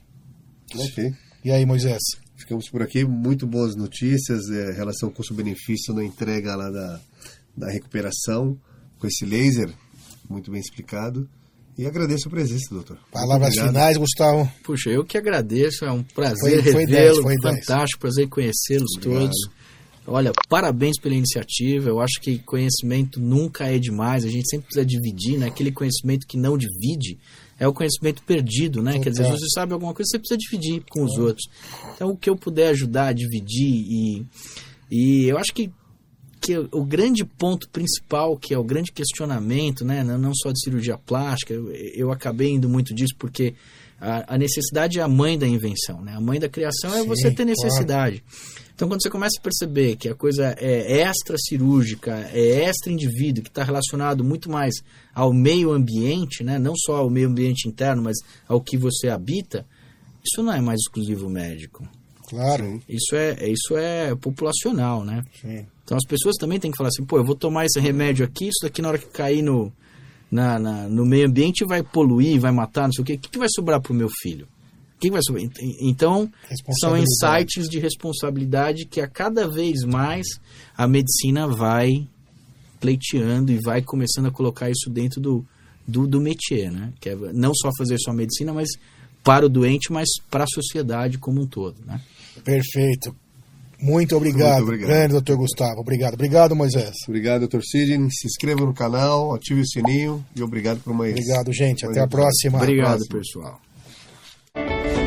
Ok. E aí, Moisés? Ficamos por aqui, muito boas notícias, é, relação custo-benefício na entrega lá da, da recuperação, com esse laser, muito bem explicado. E agradeço a presença, doutor. Palavras finais, Gustavo. Puxa, eu que agradeço, é um prazer Foi- foi revê-lo, dez, foi dez. fantástico, prazer em conhecê-los Obrigado. todos. Olha, parabéns pela iniciativa, eu acho que conhecimento nunca é demais, a gente sempre precisa dividir, né? Aquele conhecimento que não divide é o conhecimento perdido, né? Quer dizer, se você sabe alguma coisa, você precisa dividir com os outros. Então, o que eu puder ajudar a dividir e, e eu acho que que o grande ponto principal, que é o grande questionamento, né, não só de cirurgia plástica, eu, eu acabei indo muito disso porque a, a necessidade é a mãe da invenção, né? A mãe da criação é Sim, você ter necessidade. Claro. Então, quando você começa a perceber que a coisa é extra cirúrgica, é extra indivíduo, que está relacionado muito mais ao meio ambiente, né, não só ao meio ambiente interno, mas ao que você habita, isso não é mais exclusivo médico. Claro. Isso é, isso é populacional, né? Sim. Então as pessoas também têm que falar assim, pô, eu vou tomar esse remédio aqui, isso daqui na hora que cair no, na, na, no meio ambiente vai poluir, vai matar, não sei o quê. O que, que vai sobrar para o meu filho? O que, que vai sobrar? Então, são insights de responsabilidade que a cada vez mais a medicina vai pleiteando e vai começando a colocar isso dentro do, do, do métier, né? Que é não só fazer só a medicina, mas para o doente, mas para a sociedade como um todo, né? Perfeito. Muito obrigado, Muito obrigado. grande doutor Gustavo. Obrigado. Obrigado, Moisés. Obrigado, doutor Sidney. Se inscreva no canal, ative o sininho e obrigado por mais. Obrigado, gente. mais Até a episódio. próxima. Obrigado, Próximo. pessoal.